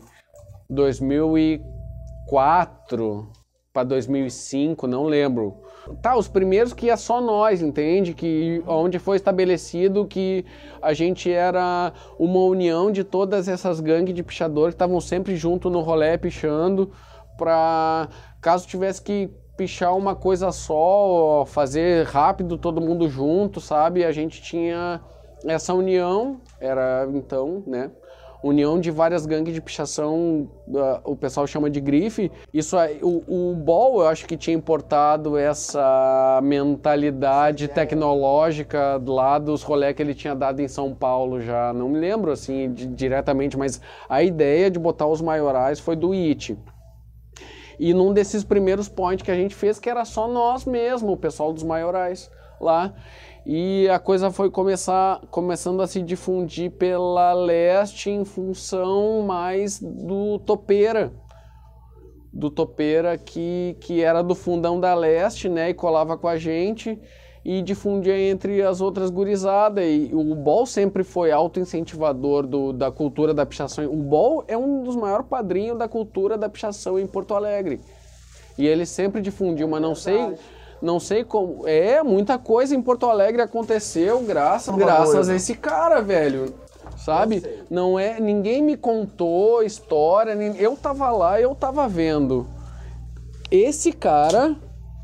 Speaker 1: 2004 para 2005, não lembro. Tá, os primeiros que é só nós, entende? Que onde foi estabelecido que a gente era uma união de todas essas gangues de pichador que estavam sempre junto no rolê pichando, para caso tivesse que pichar uma coisa só, fazer rápido todo mundo junto, sabe? A gente tinha essa união, era então, né? União de várias gangues de pichação, o pessoal chama de grife. Isso aí, o Ball, eu acho que tinha importado essa mentalidade tecnológica lá dos rolês que ele tinha dado em São Paulo já. Não me lembro assim diretamente, mas a ideia de botar os maiorais foi do It. E num desses primeiros points que a gente fez, que era só nós mesmo, o pessoal dos maiorais lá. E a coisa foi começando a se difundir pela leste em função mais do topeira. Do topeira que era do fundão da leste, né? E colava com a gente e difundia entre as outras gurizadas. E o Ball sempre foi auto-incentivador da cultura da pichação. O Ball é um dos maiores padrinhos da cultura da pichação em Porto Alegre. E ele sempre difundiu, mas não sei como... muita coisa em Porto Alegre aconteceu graças a esse cara, velho. Sabe? Não é... Ninguém me contou história, eu tava lá, eu tava vendo. Esse cara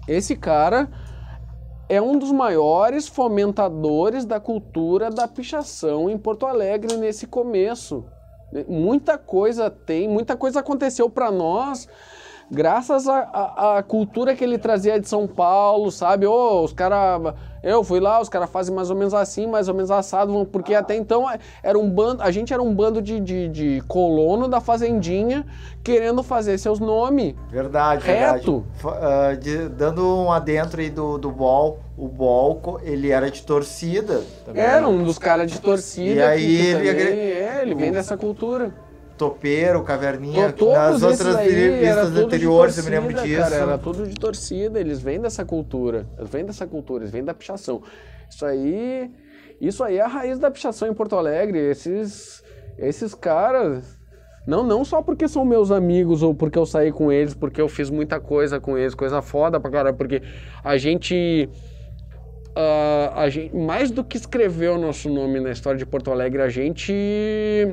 Speaker 1: é um dos maiores fomentadores da cultura da pichação em Porto Alegre nesse começo. Muita coisa aconteceu para nós graças à cultura que ele trazia de São Paulo, sabe? Os caras... Eu fui lá, os caras fazem mais ou menos assim, mais ou menos assado, porque até então era um bando, a gente era um bando de colono da fazendinha querendo fazer seus nomes.
Speaker 2: Verdade,
Speaker 1: reto.
Speaker 2: Dando um adentro aí do Ball, o Ball, ele era de torcida.
Speaker 1: Também. Era um dos caras de torcida.
Speaker 2: E aí
Speaker 1: ele vem dessa cultura.
Speaker 2: Topeiro, Caverninha, nas outras revistas anteriores eu me lembro disso.
Speaker 1: Cara, era tudo de torcida, eles vêm dessa cultura, eles vêm da pichação. Isso aí é a raiz da pichação em Porto Alegre, esses caras, não só porque são meus amigos ou porque eu saí com eles, porque eu fiz muita coisa com eles, coisa foda pra caralho, porque a gente, mais do que escrever o nosso nome na história de Porto Alegre, a gente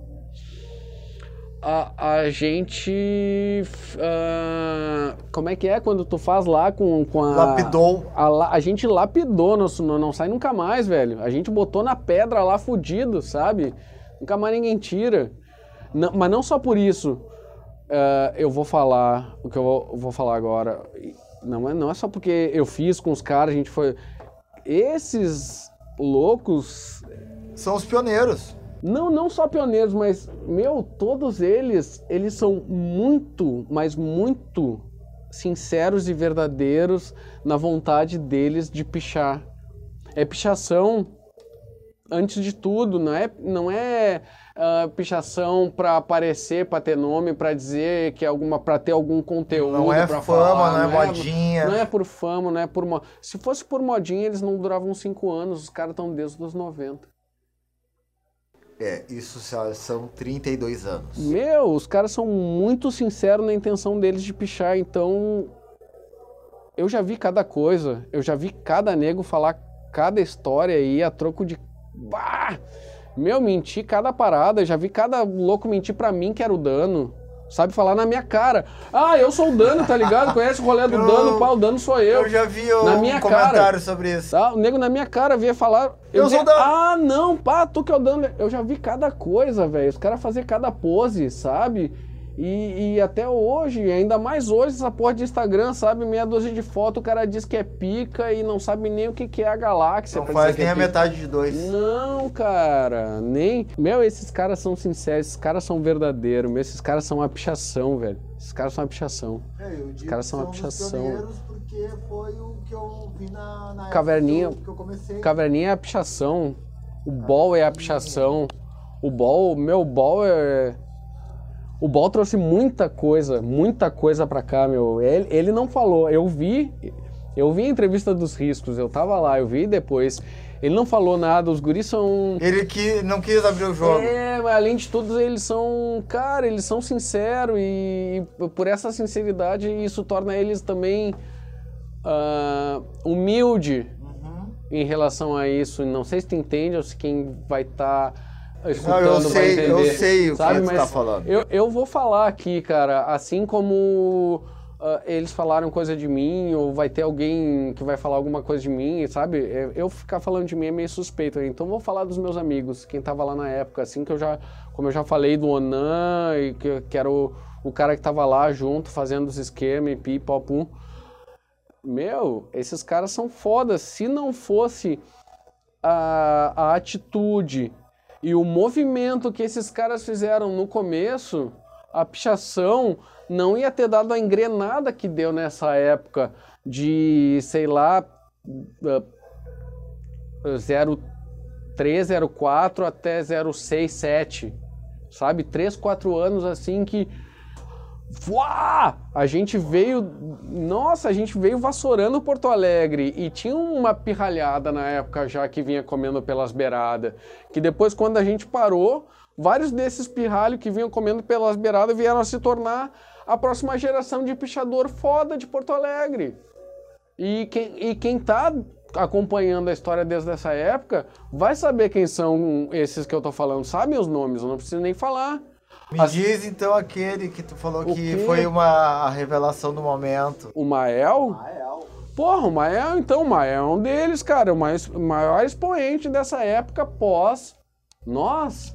Speaker 1: como é que é quando tu faz lá com a...
Speaker 2: Lapidou.
Speaker 1: A gente lapidou nosso nome, não sai nunca mais, velho. A gente botou na pedra lá fudido, sabe? Nunca mais ninguém tira. Não, mas não só por isso. Eu vou falar o que eu vou falar agora. Não é só porque eu fiz com os caras, a gente foi... Esses loucos...
Speaker 2: São os pioneiros.
Speaker 1: Não só pioneiros, mas, todos eles são muito, mas muito sinceros e verdadeiros na vontade deles de pichar. É pichação antes de tudo, não é pichação pra aparecer, pra ter nome, pra dizer que é pra ter algum conteúdo.
Speaker 2: Não é
Speaker 1: pra
Speaker 2: fama,
Speaker 1: falar,
Speaker 2: não é modinha.
Speaker 1: Não é por fama, não é por... Se fosse por modinha, eles não duravam 5 anos, os caras estão desde os 90.
Speaker 2: Isso são 32 anos.
Speaker 1: Meu, os caras são muito sinceros na intenção deles de pichar, então... Eu já vi cada coisa, eu já vi cada nego falar cada história aí a troco de... Bah! Meu, mentir cada parada, eu já vi cada louco mentir pra mim que era o Dano. Sabe, falar na minha cara. Ah, eu sou o Dano, tá ligado? Conhece o rolê do Dano? Pá, o Dano sou eu.
Speaker 2: Eu já vi
Speaker 1: na minha
Speaker 2: comentário
Speaker 1: cara,
Speaker 2: sobre isso.
Speaker 1: Tá? O nego na minha cara vinha falar...
Speaker 2: Eu sou o Dano.
Speaker 1: Ah, não, pá, tu que é o Dano. Eu já vi cada coisa, velho. Os caras fazer cada pose, sabe? E até hoje, ainda mais hoje, essa porra de Instagram, sabe? Meia dúzia de foto, o cara diz que é pica e não sabe nem o que é a galáxia.
Speaker 2: Não faz nem a metade de 2.
Speaker 1: Não, cara, nem... Meu, esses caras são sinceros, esses caras são verdadeiros, esses caras são uma pichação, velho. Esses caras são uma pichação. Os caras são uma pichação.
Speaker 2: Porque foi o que eu vi na
Speaker 1: Caverninha,
Speaker 2: época que eu comecei.
Speaker 1: Caverninha é a pichação. O Ball é a pichação. O Ball é... O Ball trouxe muita coisa pra cá, meu. Ele não falou, eu vi a entrevista dos Riscos, eu tava lá, eu vi depois. Ele não falou nada, os guris são...
Speaker 2: Ele não quis abrir o jogo.
Speaker 1: Mas além de tudo, eles são... Cara, eles são sinceros e por essa sinceridade, isso torna eles também humilde em relação a isso. Não sei se tu entende ou se quem vai estar... escutando vai entender.
Speaker 2: Eu sei o que
Speaker 1: sabe?
Speaker 2: você tá falando.
Speaker 1: Eu vou falar aqui, cara, assim como eles falaram coisa de mim, ou vai ter alguém que vai falar alguma coisa de mim, sabe? Eu ficar falando de mim é meio suspeito, então vou falar dos meus amigos, quem tava lá na época, assim, como eu já falei do Onan, e que era o cara que tava lá junto, fazendo os esquemas, e pi, pau, pum. Meu, esses caras são fodas. Se não fosse a atitude e o movimento que esses caras fizeram no começo, a pichação não ia ter dado a engrenada que deu nessa época de, sei lá, 03, 04 até 06, 07, sabe? 3, 4 anos assim que... A gente veio vassourando Porto Alegre e tinha uma pirralhada na época já que vinha comendo pelas beiradas, que depois quando a gente parou, vários desses pirralhos que vinham comendo pelas beiradas vieram a se tornar a próxima geração de pichador foda de Porto Alegre. E quem tá acompanhando a história desde essa época vai saber quem são esses que eu tô falando, sabe os nomes, eu não preciso nem falar.
Speaker 2: Me diz então aquele que tu falou que foi a revelação do momento.
Speaker 1: O Mael? Porra, o Mael, então, o Mael é um deles, cara, o maior expoente dessa época pós nós.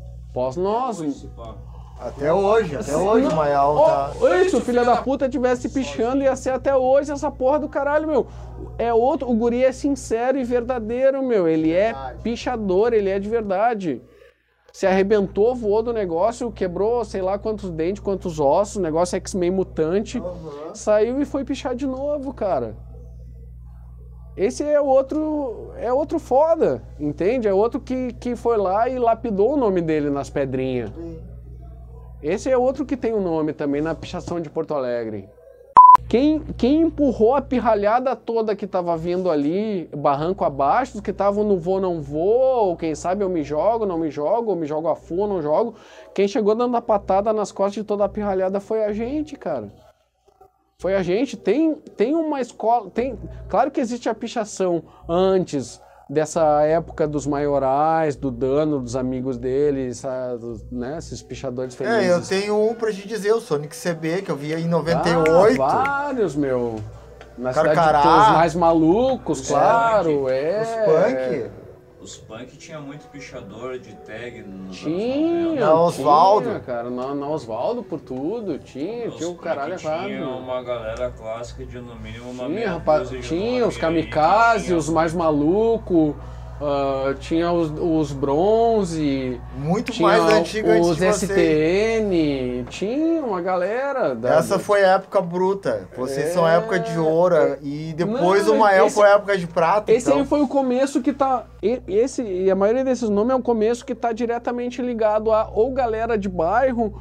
Speaker 2: Até hoje o Mael tá...
Speaker 1: Se o filho da puta tivesse pichando, ia ser até hoje essa porra do caralho, meu. O guri é sincero e verdadeiro, meu. Ele é pichador, ele é de verdade. Se arrebentou, voou do negócio, quebrou sei lá quantos dentes, quantos ossos, o negócio X-Men mutante, saiu e foi pichar de novo, cara. Esse é outro foda, entende? É outro que foi lá e lapidou o nome dele nas pedrinhas. Esse é outro que tem o nome também na pichação de Porto Alegre. Quem empurrou a pirralhada toda que tava vindo ali, barranco abaixo, os que estavam no vou, não vou, ou quem sabe eu me jogo, não me jogo, ou me jogo a full, não jogo. Quem chegou dando a patada nas costas de toda a pirralhada foi a gente, cara. Foi a gente. Tem uma escola... Claro que existe a pichação antes dessa época dos maiorais, do Dano, dos amigos deles, né, esses pichadores felizes.
Speaker 2: Eu tenho um pra te dizer, o Sonic CB, que eu vi em 98.
Speaker 1: Vários, meu. Na cidade dos mais malucos, claro.
Speaker 2: Os punk.
Speaker 4: Os punk tinha muito pichador de tag nos
Speaker 1: tinha,
Speaker 2: na Osvaldo.
Speaker 1: Cara, na Osvaldo por tudo, tinha o caralho quase.
Speaker 4: Tinha uma galera clássica de no mínimo uma
Speaker 1: tinha os kamikaze, os mais malucos, Tinha os bronze.
Speaker 2: Muito mais antiga antes de
Speaker 1: você. Os STN. Tinha uma galera.
Speaker 2: Essa foi a época bruta. Vocês são a época de ouro. E depois o Mael foi a época de prata.
Speaker 1: Esse aí foi o começo que tá... E a maioria desses nomes é um começo que tá diretamente ligado a ou galera de bairro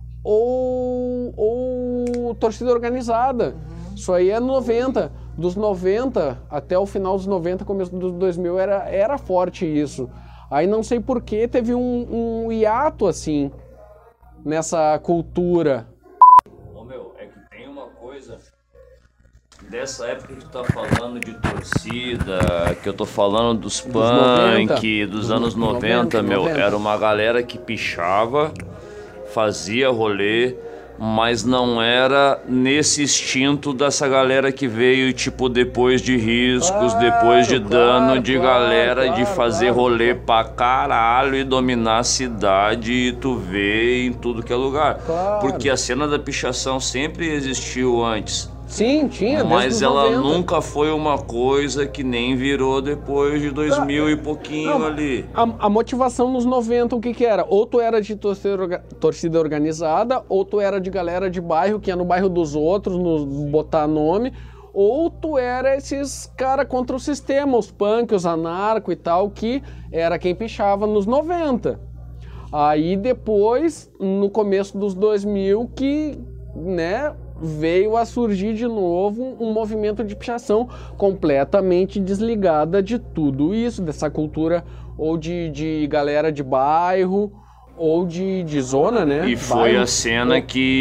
Speaker 1: ou torcida organizada. Isso aí é 90. Dos 90 até o final dos 90, começo dos 2000, era forte isso. Aí não sei por que teve um hiato, assim, nessa cultura.
Speaker 4: Ô meu, é que tem uma coisa dessa época que tu tá falando de torcida, que eu tô falando dos punk, dos anos 90, meu, era uma galera que pichava, fazia rolê, mas não era nesse instinto dessa galera que veio, tipo, depois de riscos, depois de dano, de galera de fazer rolê pra caralho e dominar a cidade e tu vê em tudo que é lugar. Porque a cena da pichação sempre existiu antes.
Speaker 1: Sim, tinha,
Speaker 4: mas ela nunca foi uma coisa que nem virou depois de 2000 e pouquinho ali.
Speaker 1: A motivação nos 90, o que era? Ou tu era de torcida organizada, ou tu era de galera de bairro, que ia no bairro dos outros, botar nome, ou tu era esses cara contra o sistema, os punk, os anarco e tal, que era quem pichava nos 90. Aí depois, no começo dos 2000, que, né, veio a surgir de novo um movimento de pichação completamente desligada de tudo isso, dessa cultura ou de galera de bairro ou de zona, né?
Speaker 4: E foi bairro, a cena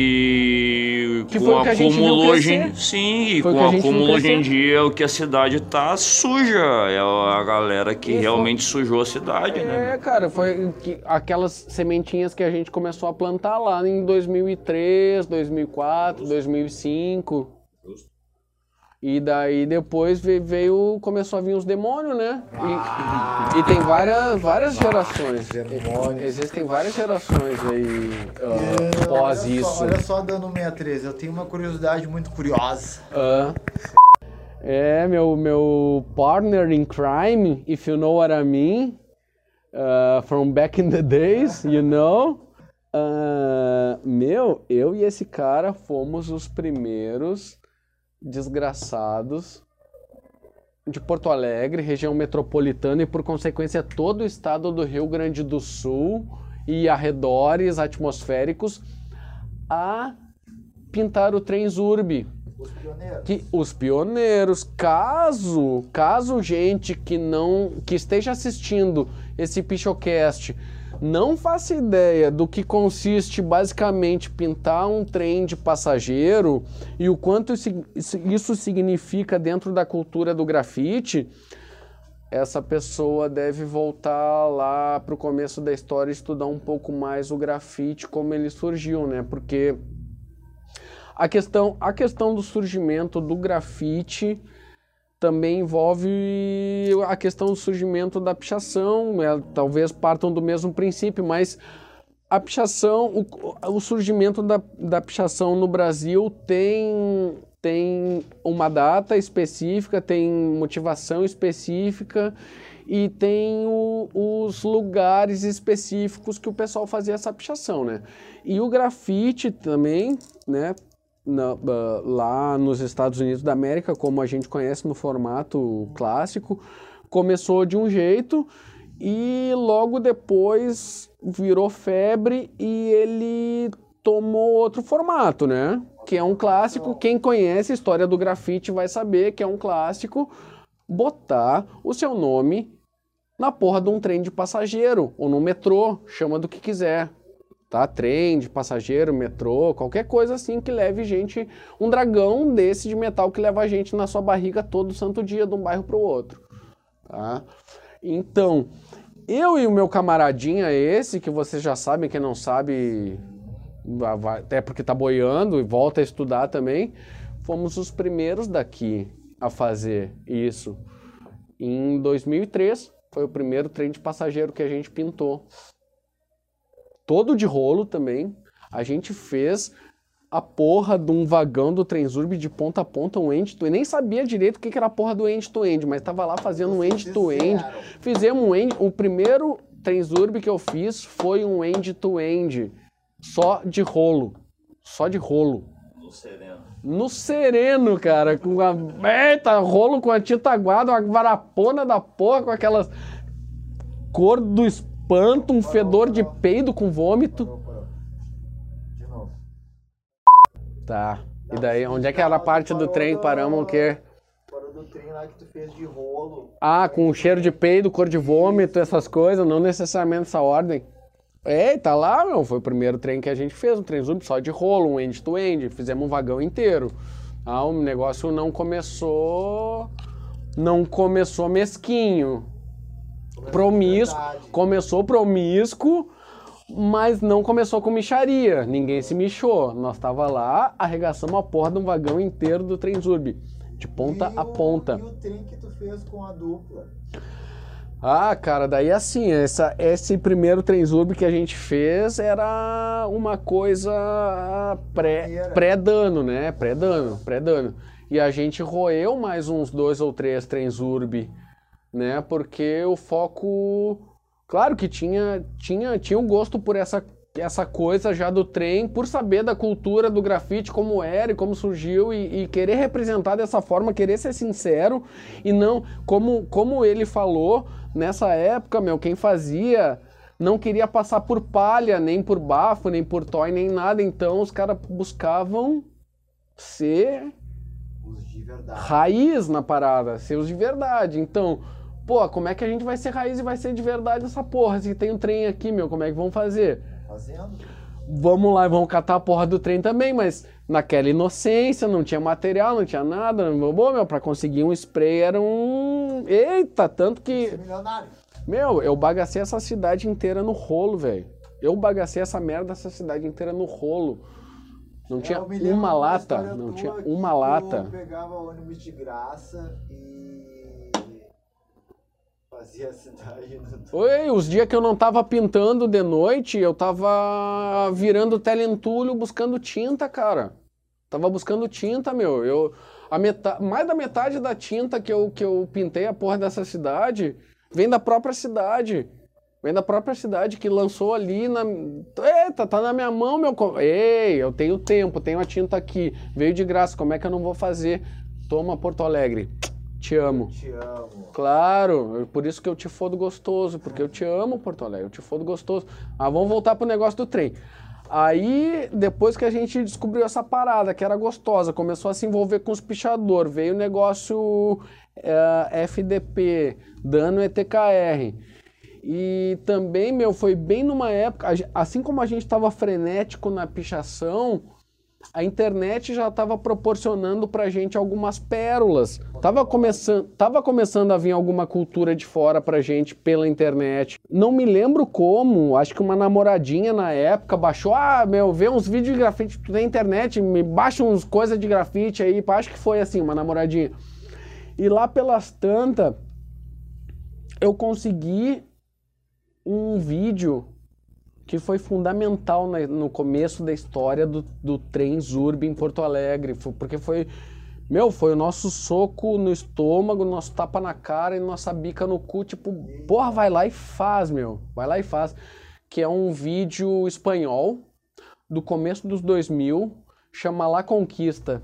Speaker 4: que com
Speaker 1: foi o que a gente viu crescer.
Speaker 4: Sim, e com o acúmulo hoje em dia, o que a cidade tá suja. É a galera que realmente sujou a cidade, né?
Speaker 1: Cara, foi aquelas sementinhas que a gente começou a plantar lá em 2003, 2004, 2005. Justo. E daí depois começou a vir os demônios, né? E tem várias gerações. Existem várias gerações aí pós isso.
Speaker 2: Olha só, dando 63, eu tenho uma curiosidade muito curiosa.
Speaker 1: Meu partner in crime, if you know what I mean, from back in the days, you know. Eu e esse cara fomos os primeiros desgraçados de Porto Alegre, região metropolitana e por consequência todo o estado do Rio Grande do Sul e arredores atmosféricos a pintar o trem Zurb. Os pioneiros. Caso gente que esteja assistindo esse Pichocast não faça ideia do que consiste basicamente pintar um trem de passageiro e o quanto isso significa dentro da cultura do grafite, essa pessoa deve voltar lá para o começo da história e estudar um pouco mais o grafite, como ele surgiu, né? Porque a questão do surgimento do grafite também envolve a questão do surgimento da pichação, talvez partam do mesmo princípio, mas a pichação, o surgimento da pichação no Brasil tem uma data específica, tem motivação específica e tem os lugares específicos que o pessoal fazia essa pichação, né? E o grafite também, né? Lá nos Estados Unidos da América, como a gente conhece no formato clássico, começou de um jeito e logo depois virou febre e ele tomou outro formato, né? Que é um clássico, quem conhece a história do grafite vai saber que é um clássico botar o seu nome na porra de um trem de passageiro ou no metrô, chama do que quiser. Tá? Trem de passageiro, metrô, qualquer coisa assim que leve gente, um dragão desse de metal que leva a gente na sua barriga todo santo dia de um bairro pro outro. Tá? Então, eu e o meu camaradinha esse, que vocês já sabem, quem não sabe, até porque tá boiando e volta a estudar também, fomos os primeiros daqui a fazer isso. Em 2003, foi o primeiro trem de passageiro que a gente pintou. Todo de rolo também, a gente fez a porra de um vagão do Transurb de ponta a ponta, um end-to-end. Nem sabia direito o que era a porra do end-to-end, mas tava lá fazendo um end-to-end. Fizemos um end... O primeiro Transurb que eu fiz foi um end-to-end. Só de rolo. Só de rolo.
Speaker 4: No sereno.
Speaker 1: No sereno, cara. Com a... Eita, rolo com a tinta aguada, uma varapona da porra, com aquelas cor do espanto, um fedor de peido com vômito. Tá. E daí, onde é que era a parte do trem? Paramos o quê?
Speaker 2: Parou do trem lá que tu fez de rolo.
Speaker 1: Ah, com cheiro de peido, cor de vômito, essas coisas, não necessariamente essa ordem. Tá lá, meu, foi o primeiro trem que a gente fez, um Transurb só de rolo, um end-to-end, fizemos um vagão inteiro. Ah, o negócio não começou mesquinho. Promíscuo, começou promíscuo, mas não começou com mixaria, ninguém se mixou. Nós tava lá, arregaçamos a porra de um vagão inteiro do Transurb, de ponta a ponta.
Speaker 2: E o trem que tu fez com a dupla?
Speaker 1: Ah, cara, daí assim, esse primeiro Transurb que a gente fez era uma coisa pré-dano, né? Pré-dano. E a gente roeu mais uns 2 ou 3 Transurb, né? Porque o foco... Claro que tinha um gosto por essa coisa já do trem, por saber da cultura do grafite, como era e como surgiu, e querer representar dessa forma, querer ser sincero, e não, como ele falou, nessa época, meu, quem fazia não queria passar por palha, nem por bafo, nem por toy, nem nada, então os caras buscavam ser
Speaker 2: os de verdade.
Speaker 1: Raiz na parada, ser os de verdade, então... Pô, como é que a gente vai ser raiz e vai ser de verdade essa porra? Se tem um trem aqui, meu, como é que vamos fazer?
Speaker 2: Fazendo.
Speaker 1: Vamos lá e vamos catar a porra do trem também, mas naquela inocência, não tinha material, não tinha nada. Bom, meu, pra conseguir um spray era um... Eita, tanto que...
Speaker 2: Milionário.
Speaker 1: Meu, eu bagacei essa cidade inteira no rolo, velho. Eu bagacei essa merda dessa cidade inteira no rolo. Não tinha uma lata, não tinha uma lata.
Speaker 2: Eu pegava ônibus de graça e... fazia a cidade...
Speaker 1: Oi, os dias que eu não tava pintando de noite, eu tava virando teleentulho buscando tinta, cara. Tava buscando tinta, meu. Mais da metade da tinta que eu pintei a porra dessa cidade vem da própria cidade. Vem da própria cidade que lançou ali na... Eita, tá na minha mão, meu... Ei, eu tenho tempo, tenho a tinta aqui. Veio de graça, como é que eu não vou fazer? Toma, Porto Alegre. Te amo.
Speaker 2: Te amo.
Speaker 1: Claro, por isso que eu te fodo gostoso, porque eu te amo, Porto Alegre, eu te fodo gostoso. Ah, vamos voltar pro negócio do trem. Aí, depois que a gente descobriu essa parada, que era gostosa, começou a se envolver com os pichador, veio o negócio FDP, dano ETKR. E também, meu, foi bem numa época, assim como a gente estava frenético na pichação, a internet já estava proporcionando pra gente algumas pérolas. Tava começando a vir alguma cultura de fora pra gente pela internet. Não me lembro como, acho que uma namoradinha na época baixou, vê uns vídeos de grafite na internet, me baixa uns coisas de grafite aí, acho que foi assim, uma namoradinha. E lá pelas tantas, eu consegui um vídeo que foi fundamental no começo da história do Transurb em Porto Alegre, porque foi o nosso soco no estômago, nosso tapa na cara e nossa bica no cu, tipo, porra, vai lá e faz, meu, vai lá e faz, que é um vídeo espanhol do começo dos 2000, chama La Conquista.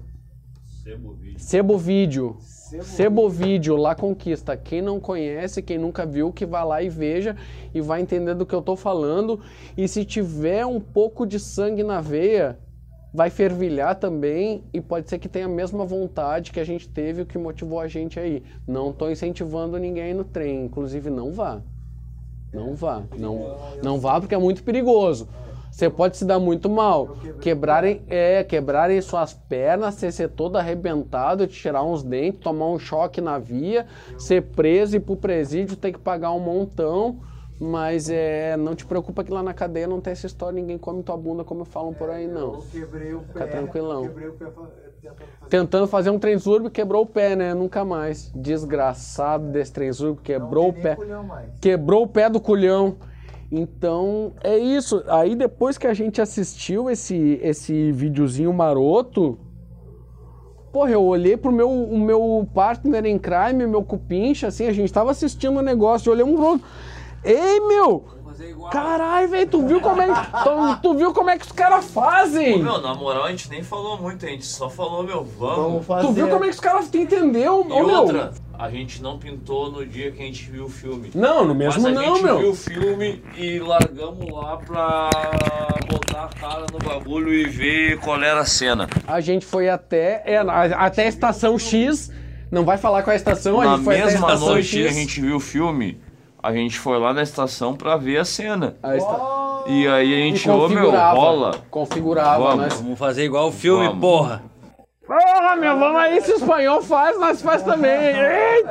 Speaker 1: Sebo Vídeo, La Conquista. Quem não conhece, quem nunca viu, que vá lá e veja e vai entender do que eu tô falando. E se tiver um pouco de sangue na veia, vai fervilhar também e pode ser que tenha a mesma vontade que a gente teve, o que motivou a gente aí. Não tô incentivando ninguém no trem, inclusive não vá. Não vá. Não vá porque é muito perigoso. Você pode se dar muito mal, quebrarem suas pernas, ser todo arrebentado, te tirar uns dentes, tomar um choque na via, ser preso e ir pro presídio, ter que pagar um montão, mas não te preocupa que lá na cadeia não tem essa história, ninguém come tua bunda como falam por aí, não.
Speaker 2: Eu quebrei o pé.
Speaker 1: Fica tranquilão.
Speaker 2: Quebrei o pé
Speaker 1: tentando fazer um Transurb, quebrou o pé, né? Nunca mais. Desgraçado desse Transurb, quebrou o pé. Quebrou o pé do culhão. Então, é isso. Aí depois que a gente assistiu esse videozinho maroto, porra, eu olhei pro o meu partner em crime, meu cupincha, assim, a gente tava assistindo o negócio, eu olhei pro outro. Ei, meu! Caralho, velho, tu viu como é que os caras fazem?
Speaker 4: Pô, meu, na moral, a gente nem falou muito, a gente só falou, meu, vamos
Speaker 2: fazer.
Speaker 1: Tu viu como é que os caras, tu entendeu?
Speaker 4: E outra, a gente não pintou no dia que a gente viu o filme.
Speaker 1: Não, no mesmo não, meu.
Speaker 4: Mas a gente viu o filme e largamos lá pra botar a cara no bagulho e ver qual era a cena.
Speaker 1: A gente foi até a estação X, não vai falar qual é a estação, a gente foi até a estação X.
Speaker 4: Na mesma noite que a gente viu o filme, a gente foi lá na estação pra ver a cena. E aí a gente, rola.
Speaker 1: Configurava,
Speaker 5: Vamos fazer igual o filme, porra.
Speaker 1: Porra, meu, vamos aí, se o espanhol faz, nós faz também. Eita!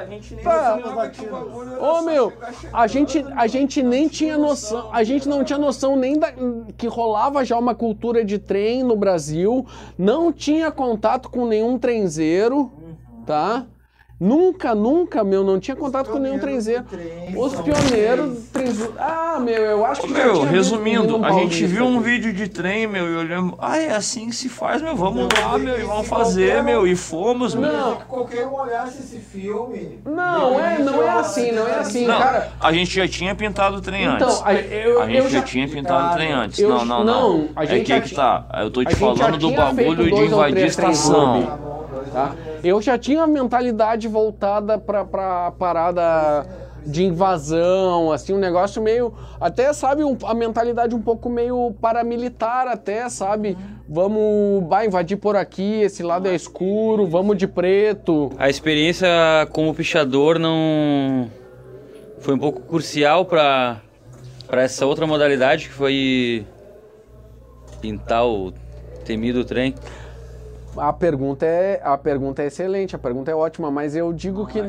Speaker 1: Ô, meu, a gente nem tinha noção, a gente não tinha noção nem que rolava já uma cultura de trem no Brasil, não tinha contato com nenhum trenzeiro, tá? Nunca, meu, não tinha contato com nenhum trenzeiro. Os pioneiros trenzeiros. Ah, meu, eu acho que.
Speaker 4: Meu, resumindo, a gente viu um vídeo de trem, meu, e olhamos. Ah, é assim que se faz, meu, vamos lá, meu, e vamos fazer, meu, e fomos, meu.
Speaker 2: Não, que qualquer um olhasse esse filme.
Speaker 1: Não é assim,
Speaker 4: não,
Speaker 1: cara.
Speaker 4: A gente já tinha pintado o trem
Speaker 1: então,
Speaker 4: antes. A gente já tinha pintado o trem antes. Não. É que tá. Eu tô te falando do bagulho de invadir a estação.
Speaker 1: Tá? Eu já tinha a mentalidade voltada pra parada de invasão, assim, um negócio meio, até, sabe, a mentalidade um pouco meio paramilitar até, sabe? Vamos invadir por aqui, esse lado é escuro, vamos de preto.
Speaker 5: A experiência como pichador não foi um pouco crucial para essa outra modalidade que foi pintar o temido trem.
Speaker 1: A pergunta é excelente, a pergunta é ótima, mas eu digo que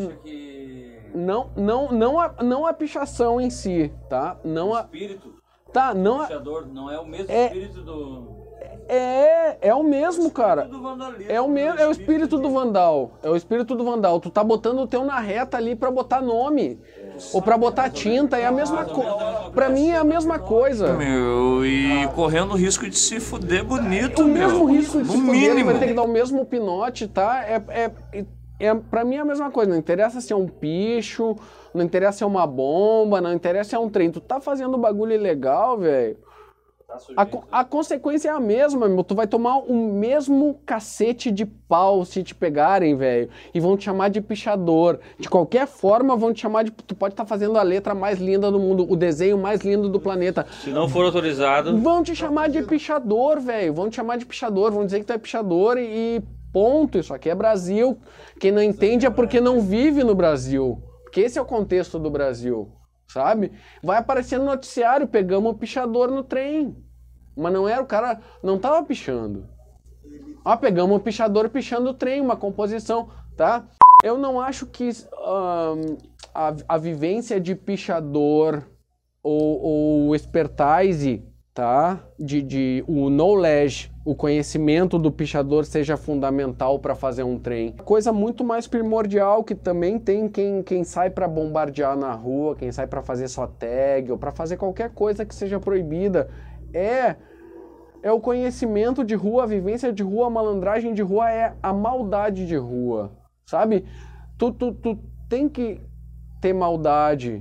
Speaker 1: não a pichação em si, tá? Não
Speaker 5: o espírito.
Speaker 1: Tá, não
Speaker 5: pichador não é o mesmo espírito do.
Speaker 1: É o mesmo, cara. É o espírito do vandal. É o espírito do vandal. Tu tá botando o teu na reta ali pra botar nome. Ou pra botar tinta, é a mesma coisa. Pra mim é a mesma coisa.
Speaker 4: Meu, e correndo o risco de se fuder bonito,
Speaker 1: meu. O mesmo risco de se fuder, vai ter que dar o mesmo pinote, tá? Pra mim é a mesma coisa. Não interessa se é um picho, não interessa se é uma bomba, não interessa se é um trem. Tu tá fazendo bagulho ilegal, velho. A consequência é a mesma, meu. Tu vai tomar o mesmo cacete de pau se te pegarem, velho. E vão te chamar de pichador. De qualquer forma, vão te chamar de... Tu pode estar fazendo a letra mais linda do mundo, o desenho mais lindo do planeta.
Speaker 5: Se não for autorizado...
Speaker 1: Vão te chamar de pichador, velho. Vão te chamar de pichador. Vão dizer que tu é pichador e ponto. Isso aqui é Brasil. Quem não entende é porque não vive no Brasil. Porque esse é o contexto do Brasil. Sabe? Vai aparecer no noticiário, pegamos o pichador no trem. Mas não era, o cara não tava pichando. Pegamos o pichador pichando o trem, uma composição, tá? Eu não acho que a vivência de pichador ou expertise, tá? O knowledge, o conhecimento do pichador seja fundamental para fazer um trem. Coisa muito mais primordial que também tem quem sai para bombardear na rua, quem sai para fazer só tag ou para fazer qualquer coisa que seja proibida, é o conhecimento de rua, a vivência de rua, a malandragem de rua, é a maldade de rua, sabe? Tu tem que ter maldade,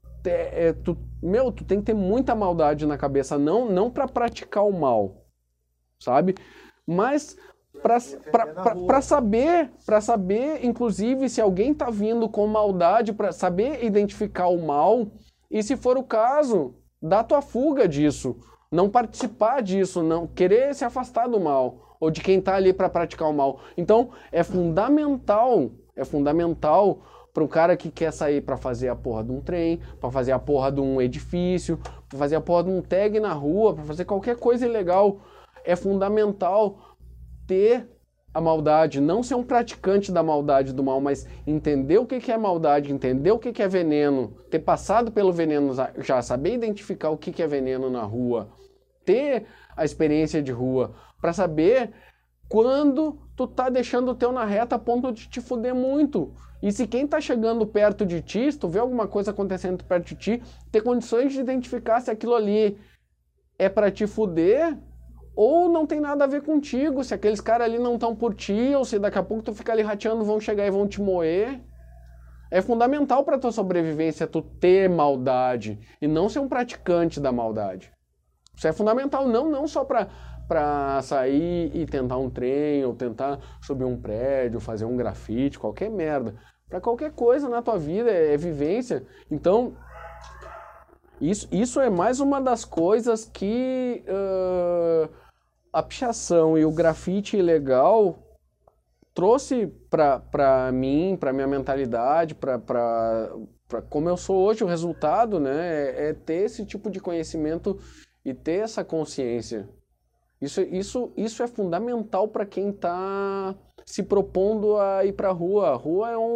Speaker 1: tu tem que ter muita maldade na cabeça, não para praticar o mal, sabe? Mas para saber, inclusive, se alguém tá vindo com maldade, para saber identificar o mal, e se for o caso, dar tua fuga disso. Não participar disso, não querer se afastar do mal, ou de quem tá ali para praticar o mal. Então, é fundamental para um cara que quer sair para fazer a porra de um trem, para fazer a porra de um edifício, para fazer a porra de um tag na rua, para fazer qualquer coisa ilegal. É fundamental ter a maldade, não ser um praticante da maldade do mal, mas entender o que é maldade, entender o que é veneno, ter passado pelo veneno já, saber identificar o que é veneno na rua, ter a experiência de rua, para saber quando tu tá deixando o teu na reta a ponto de te fuder muito. E se quem tá chegando perto de ti, se tu vê alguma coisa acontecendo perto de ti, ter condições de identificar se aquilo ali é pra te fuder ou não tem nada a ver contigo, se aqueles caras ali não estão por ti, ou se daqui a pouco tu fica ali rateando, vão chegar e vão te moer. É fundamental pra tua sobrevivência tu ter maldade e não ser um praticante da maldade. Isso é fundamental, não só pra sair e tentar um trem, ou tentar subir um prédio, fazer um grafite, qualquer merda. Pra qualquer coisa na tua vida, é vivência. Então, isso é mais uma das coisas que a pichação e o grafite ilegal trouxe pra mim, pra minha mentalidade, pra como eu sou hoje. O resultado, né, é ter esse tipo de conhecimento e ter essa consciência. Isso é fundamental para quem está se propondo a ir para a rua. A rua é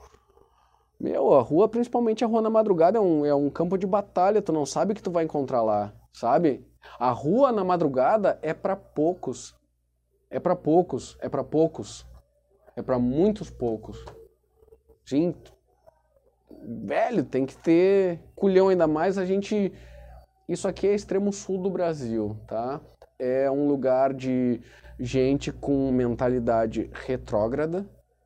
Speaker 1: a rua, principalmente a rua na madrugada, é um campo de batalha. Tu não sabe o que tu vai encontrar lá, sabe? A rua na madrugada é para poucos. É para poucos. É para poucos. É para muitos poucos. Gente, velho, tem que ter culhão, ainda mais a gente... Isso aqui é extremo sul do Brasil, tá? É um lugar de gente com mentalidade retrógrada.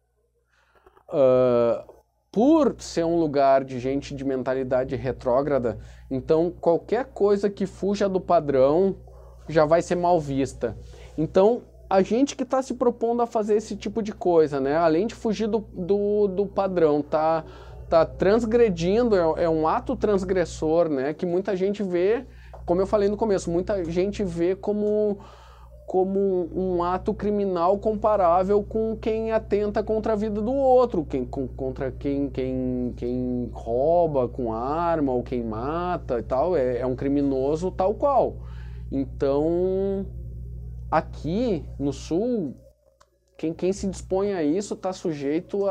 Speaker 1: Por ser um lugar de gente de mentalidade retrógrada, então qualquer coisa que fuja do padrão já vai ser mal vista. Então, a gente que está se propondo a fazer esse tipo de coisa, né? Além de fugir do padrão, tá transgredindo, é um ato transgressor, né? Que muita gente vê, como eu falei no começo, muita gente vê como um ato criminal comparável com quem atenta contra a vida do outro, contra quem rouba com arma ou quem mata e tal, é um criminoso tal qual. Então, aqui no Sul, quem se dispõe a isso está sujeito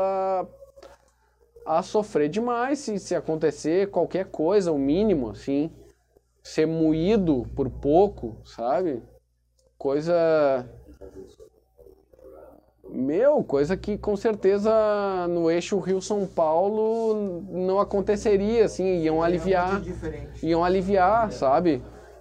Speaker 1: a sofrer demais se acontecer qualquer coisa, o mínimo, assim, ser moído por pouco, sabe? Coisa que com certeza no eixo Rio-São Paulo não aconteceria, assim, iam aliviar, sabe?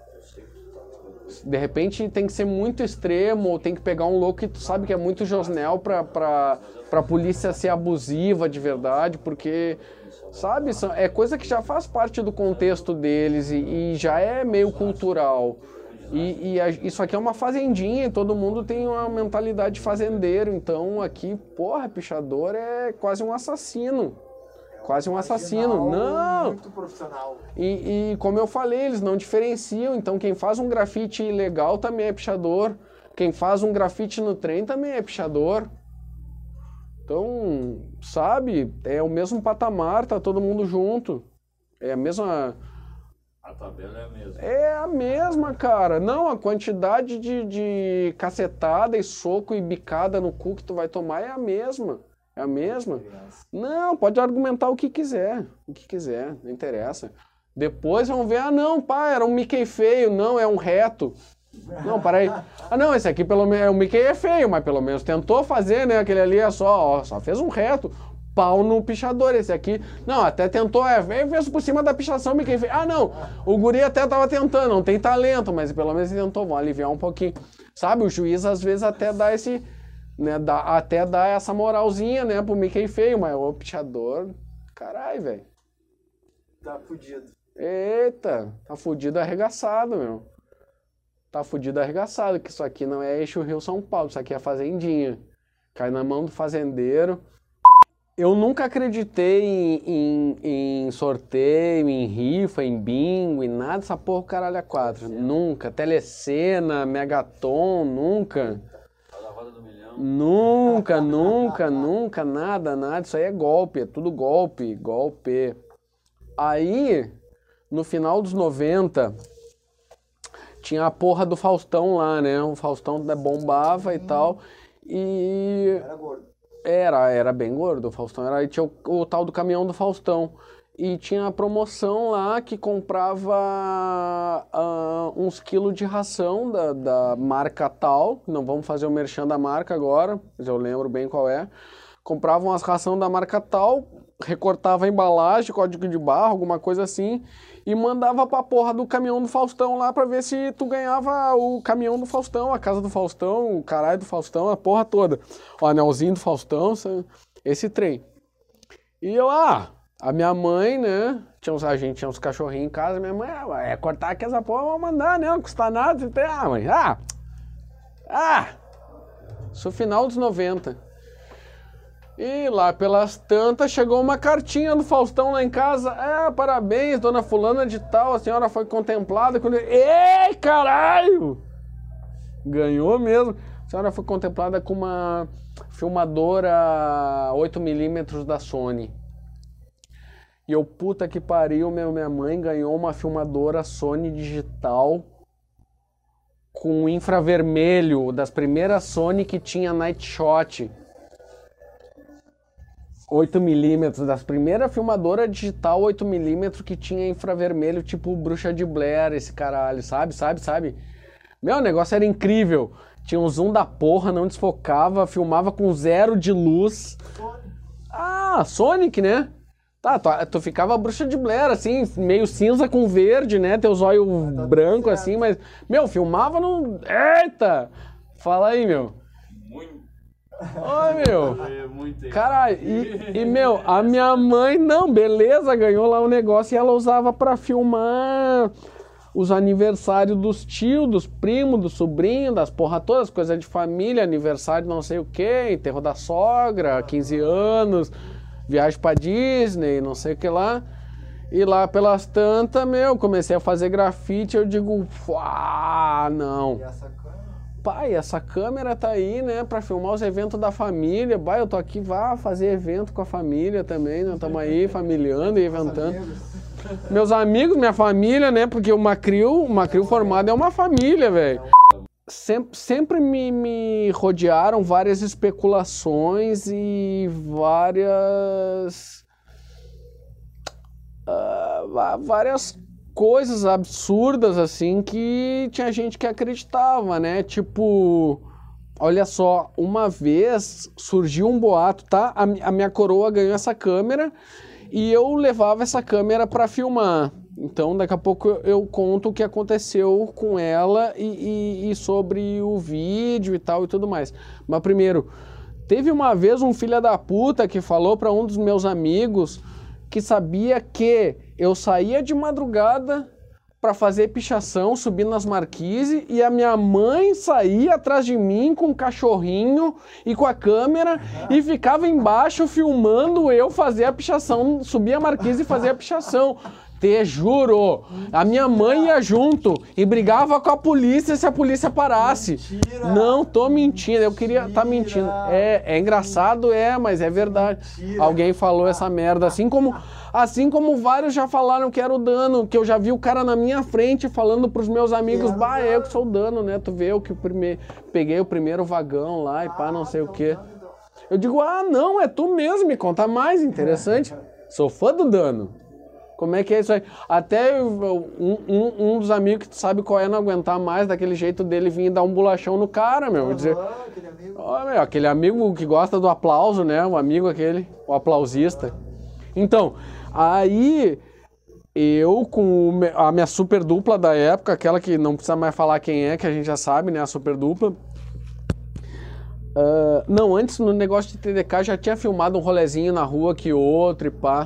Speaker 1: De repente tem que ser muito extremo, ou tem que pegar um louco que tu sabe que é muito josnel pra polícia ser abusiva de verdade, porque, sabe, é coisa que já faz parte do contexto deles e já é meio cultural. Isso aqui é uma fazendinha e todo mundo tem uma mentalidade de fazendeiro, então aqui, porra, pichador é quase um assassino. Quase um assassino. Não!
Speaker 2: Muito profissional.
Speaker 1: E como eu falei, eles não diferenciam. Então quem faz um grafite ilegal também é pichador. Quem faz um grafite no trem também é pichador. Então, sabe, é o mesmo patamar, tá todo mundo junto. É a mesma...
Speaker 4: A tabela é a mesma.
Speaker 1: É a mesma, cara. Não, a quantidade de cacetada e soco e bicada no cu que tu vai tomar é a mesma. É a mesma? Não, pode argumentar o que quiser, não interessa. Depois vão ver, não, pá, era um Mickey feio, não, é um reto. Não, para aí. Não, esse aqui pelo menos, o Mickey é feio, mas pelo menos tentou fazer, né, aquele ali é só fez um reto. Pau no pichador, esse aqui, não, até tentou, fez por cima da pichação, Mickey feio. Não, o guri até tava tentando, não tem talento, mas pelo menos ele tentou, vão aliviar um pouquinho. Sabe, o juiz às vezes até dá esse... Né, até dá essa moralzinha, né, pro Mickey feio, mas o pichador, caralho, velho.
Speaker 2: Tá fudido.
Speaker 1: Eita, tá fudido arregaçado, meu. Tá fudido arregaçado, que isso aqui não é eixo Rio-São Paulo, isso aqui é fazendinha. Cai na mão do fazendeiro. Eu nunca acreditei em sorteio, em rifa, em bingo, em nada dessa porra, caralho, a quatro. Nunca. Telecena, Megaton, nunca. Nunca, nada. Isso aí é golpe, é tudo golpe. Aí, no final dos 90, tinha a porra do Faustão lá, né? O Faustão bombava e tal. E...
Speaker 2: Era gordo.
Speaker 1: Era bem gordo o Faustão. Tinha o tal do caminhão do Faustão. E tinha a promoção lá que comprava uns quilos de ração da marca tal, não vamos fazer o merchan da marca agora, mas eu lembro bem qual é. Comprava umas ração da marca tal, recortava a embalagem, código de barra, alguma coisa assim, e mandava pra porra do caminhão do Faustão lá pra ver se tu ganhava o caminhão do Faustão, a casa do Faustão, o caralho do Faustão, a porra toda. O anelzinho do Faustão, esse trem. E eu, a minha mãe, né, a gente tinha uns cachorrinhos em casa, minha mãe, cortar aqui essa porra, vamos mandar, né, não custa nada. Mãe, isso no final dos 90. E lá pelas tantas chegou uma cartinha do Faustão lá em casa. Parabéns, dona fulana de tal, a senhora foi contemplada. Ei, caralho! Ganhou mesmo. A senhora foi contemplada com uma filmadora 8mm da Sony. E eu, puta que pariu, minha mãe ganhou uma filmadora Sony digital com infravermelho, das primeiras Sony que tinha Night Shot. 8mm, das primeiras filmadoras digital 8mm que tinha infravermelho, tipo Bruxa de Blair, esse caralho, sabe? Meu, o negócio era incrível. Tinha um zoom da porra, não desfocava, filmava com 0 de luz. Sonic, né? Tá, tu ficava Bruxa de Blair, assim, meio cinza com verde, né? Teus olhos branco, assim, mas... Meu, filmava no... Eita! Fala aí, meu. Oi, meu. Caralho, meu, a minha mãe, não, beleza, ganhou lá um negócio e ela usava pra filmar os aniversários dos tios, dos primos, dos sobrinhos, das porra todas, coisas de família, aniversário não sei o que, enterro da sogra, 15 anos, viagem pra Disney, não sei o que lá. E lá pelas tantas, meu, comecei a fazer grafite, eu digo, não. Pai, essa câmera tá aí, né, pra filmar os eventos da família. Pai, eu tô aqui, vá fazer evento com a família também, nós estamos aí familiando e eventando. Meus amigos, minha família, né, porque uma CRIO formada é uma família, velho. Sempre me rodearam várias especulações e várias coisas absurdas, assim, que tinha gente que acreditava, né? Tipo, olha só, uma vez surgiu um boato, tá? A minha coroa ganhou essa câmera e eu levava essa câmera para filmar. Então, daqui a pouco eu conto o que aconteceu com ela e sobre o vídeo e tal e tudo mais. Mas primeiro, teve uma vez um filho da puta que falou para um dos meus amigos que sabia que eu saía de madrugada para fazer pichação, subindo nas marquises, e a minha mãe saía atrás de mim com um cachorrinho e com a câmera e ficava embaixo filmando eu fazer a pichação, subir a marquise e fazer a pichação. Te juro, a minha mãe ia junto e brigava com a polícia se a polícia parasse. Mentira. Não tô mentindo, eu queria tá mentindo. É engraçado, mas é verdade. Mentira. Alguém falou essa merda, assim como vários já falaram que era o Dano, que eu já vi o cara na minha frente falando pros meus amigos, eu que sou o Dano, né? Tu vê, eu que peguei o primeiro vagão lá e pá, não sei o quê. Eu digo, não, é tu mesmo, me conta mais, interessante. Sou fã do Dano. Como é que é isso aí? Até um dos amigos que tu sabe qual é, não aguentar mais daquele jeito dele vir dar um bolachão no cara, meu. Dizer, aquele amigo que gosta do aplauso, né? O amigo aquele, o aplausista. Então, aí eu com a minha super dupla da época, aquela que não precisa mais falar quem é, que a gente já sabe, né? A super dupla. Não, antes no negócio de TDK já tinha filmado um rolezinho na rua que outro e pá.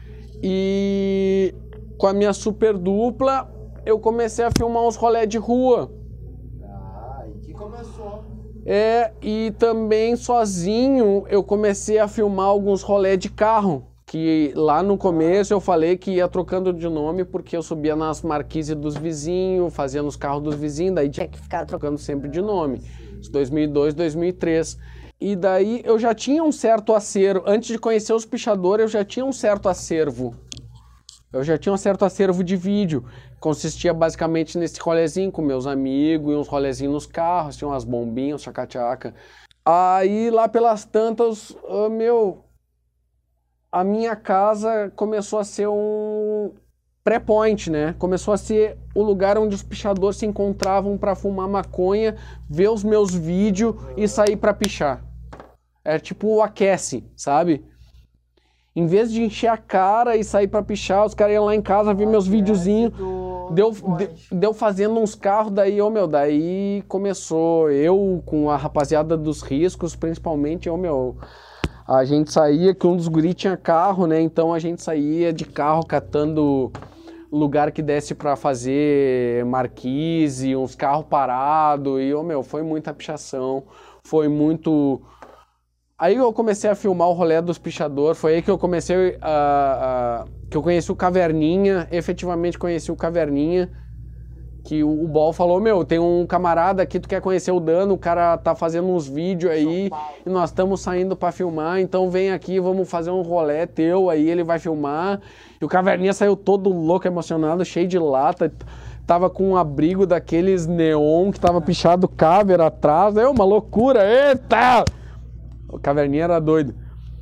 Speaker 1: E com a minha super dupla, eu comecei a filmar uns rolés de rua.
Speaker 2: E que começou.
Speaker 1: E também sozinho eu comecei a filmar alguns rolés de carro. Que lá no começo eu falei que ia trocando de nome porque eu subia nas marquises dos vizinhos, fazia nos carros dos vizinhos, daí tinha que ficar trocando sempre de nome. 2002, 2003. E daí eu já tinha um certo acervo, antes de conhecer os pichadores, eu já tinha um certo acervo. Eu já tinha um certo acervo de vídeo. Consistia basicamente nesse rolezinho com meus amigos, e uns rolezinhos nos carros, tinha umas bombinhas, chaca-chaca. Aí lá pelas tantas, a minha casa começou a ser um pré-point, né? Começou a ser o lugar onde os pichadores se encontravam para fumar maconha, ver os meus vídeos e sair para pichar. Era tipo o aquece, sabe? Em vez de encher a cara e sair pra pichar, os caras iam lá em casa ver meus videozinhos. Deu fazendo uns carros, daí, daí começou. Eu com a rapaziada dos riscos, principalmente, a gente saía, que um dos guris tinha carro, né? Então a gente saía de carro catando lugar que desse pra fazer marquise, uns carros parados. E, foi muita pichação, foi muito... Aí eu comecei a filmar o rolê dos pichadores, foi aí que eu comecei que eu conheci o Caverninha, efetivamente conheci o Caverninha, que o Bol falou, tem um camarada aqui, tu quer conhecer o Dano, o cara tá fazendo uns vídeos aí, e nós estamos saindo pra filmar, então vem aqui, vamos fazer um rolê teu, aí ele vai filmar, e o Caverninha saiu todo louco, emocionado, cheio de lata, tava com um abrigo daqueles neon, que tava pichado caver atrás, uma loucura, eita! O Caverninha era doido.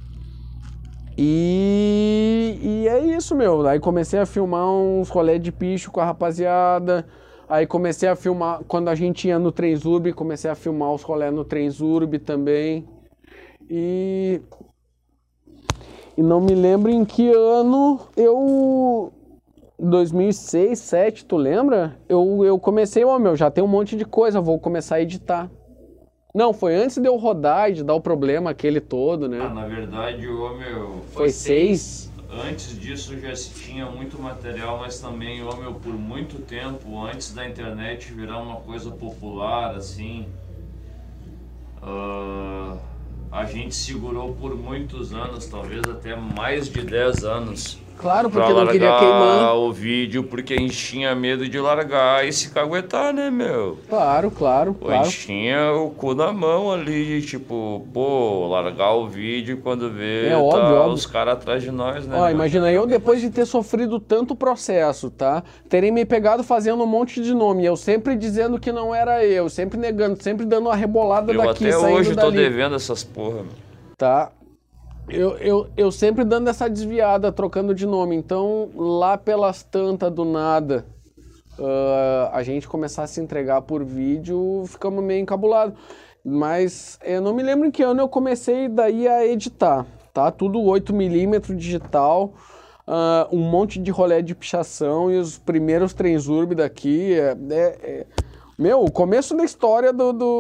Speaker 1: E é isso, Aí comecei a filmar uns rolês de picho com a rapaziada. Aí comecei a filmar, quando a gente ia no Transurb, comecei a filmar os rolês no Transurb também. E não me lembro em que ano 2006, 2007, tu lembra? Eu comecei, já tem um monte de coisa, vou começar a editar. Não, foi antes de eu rodar e de dar o problema aquele todo, né?
Speaker 4: Na verdade,
Speaker 1: foi 6.
Speaker 4: Antes disso já se tinha muito material, mas também, por muito tempo, antes da internet virar uma coisa popular, assim, a gente segurou por muitos anos, talvez até mais de 10 anos.
Speaker 1: Claro, porque não queria queimar
Speaker 4: o vídeo, porque a gente tinha medo de largar e se caguetar, né,
Speaker 1: Claro.
Speaker 4: A gente tinha o cu na mão ali, tipo, largar o vídeo quando vê
Speaker 1: óbvio.
Speaker 4: Os caras atrás de nós, né?
Speaker 1: Imagina, eu depois de ter sofrido tanto processo, tá? Terem me pegado fazendo um monte de nome, eu sempre dizendo que não era eu, sempre negando, sempre dando uma rebolada daqui,
Speaker 4: até
Speaker 1: saindo
Speaker 4: hoje
Speaker 1: dali.
Speaker 4: Tô devendo essas porra,
Speaker 1: Tá? Eu sempre dando essa desviada, trocando de nome. Então, lá pelas tantas do nada, a gente começar a se entregar por vídeo, ficamos meio encabulados. Mas eu não me lembro em que ano eu comecei daí a editar, tá? Tudo 8mm digital, um monte de rolê de pichação e os primeiros Transurb daqui. O começo da história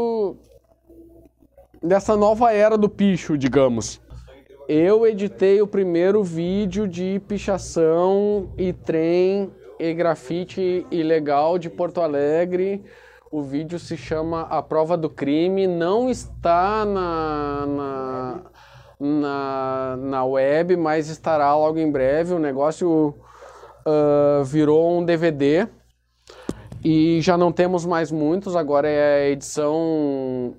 Speaker 1: dessa nova era do picho, digamos. Eu editei o primeiro vídeo de pichação e trem e grafite ilegal de Porto Alegre. O vídeo se chama A Prova do Crime. Não está na web, mas estará logo em breve. O negócio virou um DVD. E já não temos mais muitos, agora é a edição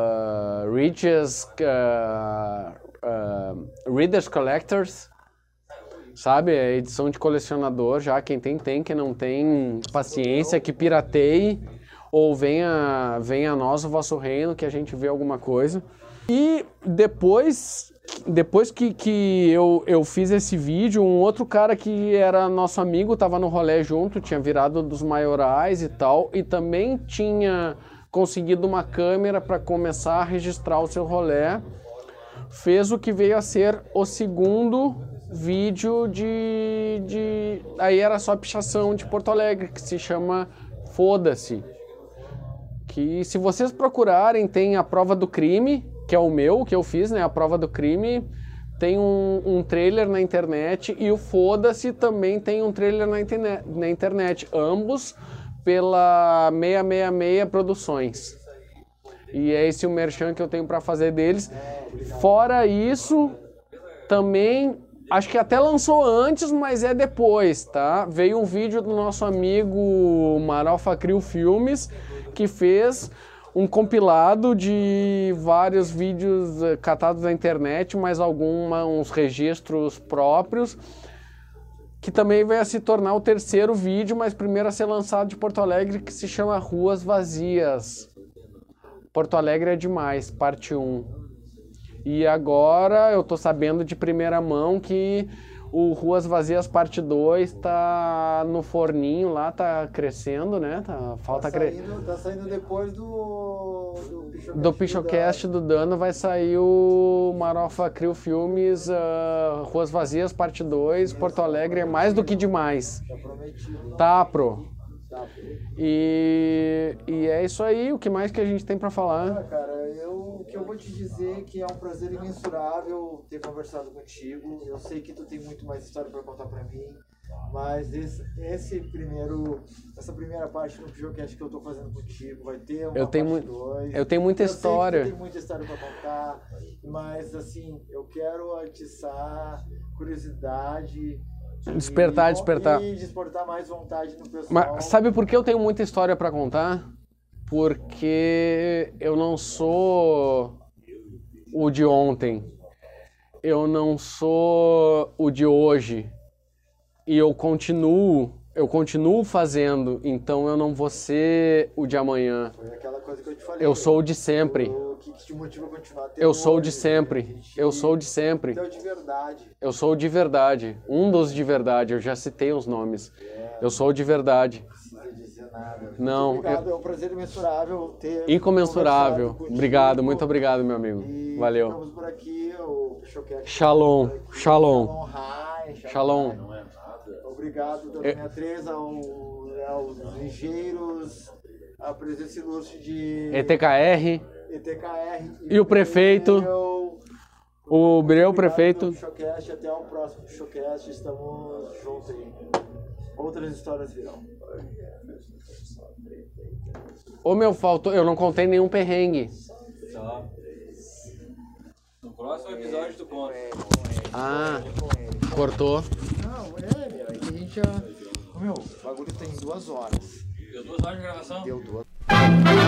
Speaker 1: Readers Collectors, sabe? É edição de colecionador já, quem tem, quem não tem, paciência, que pirateie, ou venha a nós, o vosso reino, que a gente vê alguma coisa. E depois que eu fiz esse vídeo, um outro cara que era nosso amigo, tava no rolê junto, tinha virado dos maiorais e tal, e também tinha conseguido uma câmera para começar a registrar o seu rolê, fez o que veio a ser o segundo vídeo aí era só pichação de Porto Alegre, que se chama Foda-se. Que se vocês procurarem, tem A Prova do Crime, que é o meu, que eu fiz, né? A Prova do Crime, tem um trailer na internet, e o Foda-se também tem um trailer na internet, ambos pela 666 Produções. E é esse o merchan que eu tenho para fazer deles. Fora isso, também, acho que até lançou antes, mas é depois, tá? Veio um vídeo do nosso amigo Marofa Crio Filmes, que fez um compilado de vários vídeos catados na internet, mas uns registros próprios, que também vai se tornar o terceiro vídeo, mas primeiro a ser lançado de Porto Alegre, que se chama Ruas Vazias. Porto Alegre é demais, parte 1. E agora eu tô sabendo de primeira mão que O Ruas Vazias Parte 2 tá no forninho lá, tá crescendo, né?
Speaker 2: Tá saindo depois
Speaker 1: do Pichocast do Dano, vai sair o Marofa Crio Filmes, Ruas Vazias Parte 2, Porto Alegre é mais do que demais.
Speaker 2: Tá prometido.
Speaker 1: Tá, pro. E é isso aí, o que mais que a gente tem pra falar?
Speaker 2: Cara, o que eu vou te dizer é que é um prazer imensurável ter conversado contigo. Eu sei que tu tem muito mais história pra contar pra mim, mas essa primeira parte do Pijocast que eu tô fazendo contigo vai ter uma parte 2.
Speaker 1: Eu tenho muita história.
Speaker 2: Eu sei que tu tem muita história pra contar, mas assim, eu quero atiçar curiosidade.
Speaker 1: Despertar.
Speaker 2: E despertar mais vontade no pessoal.
Speaker 1: Mas sabe por que eu tenho muita história pra contar? Porque eu não sou o de ontem. Eu não sou o de hoje. E eu continuo fazendo, então eu não vou ser o de amanhã.
Speaker 2: Foi aquela coisa que eu te falei.
Speaker 1: Eu sou o de sempre.
Speaker 2: O que te motiva a continuar?
Speaker 1: Eu sou o de sempre. Eu sou o de sempre.
Speaker 2: Então, de verdade.
Speaker 1: Eu sou o de verdade. Um dos de verdade. Eu já citei os nomes. Eu sou o de verdade.
Speaker 2: Não precisa dizer nada.
Speaker 1: Não.
Speaker 2: Muito obrigado. É um prazer imensurável ter.
Speaker 1: Incomensurável. Obrigado. Muito obrigado, meu amigo.
Speaker 2: E
Speaker 1: valeu.
Speaker 2: Ficamos por aqui. O Showcast.
Speaker 1: Shalom. Shalom.
Speaker 2: Shalom.
Speaker 1: Shalom.
Speaker 2: Obrigado, Dona 63, aos ligeiros, a presença ilustre de
Speaker 1: ETKR e o prefeito, o Breu prefeito.
Speaker 2: Showcast, até o próximo Showcast, estamos juntos aí. Outras histórias virão.
Speaker 1: Ô meu, faltou, eu não contei nenhum perrengue.
Speaker 5: Só. No próximo episódio tu conta.
Speaker 1: Ah, cortou.
Speaker 2: Não, meu, aí a gente já... Meu, o bagulho tem 2 horas.
Speaker 5: Deu 2 horas de gravação?
Speaker 2: Deu 2.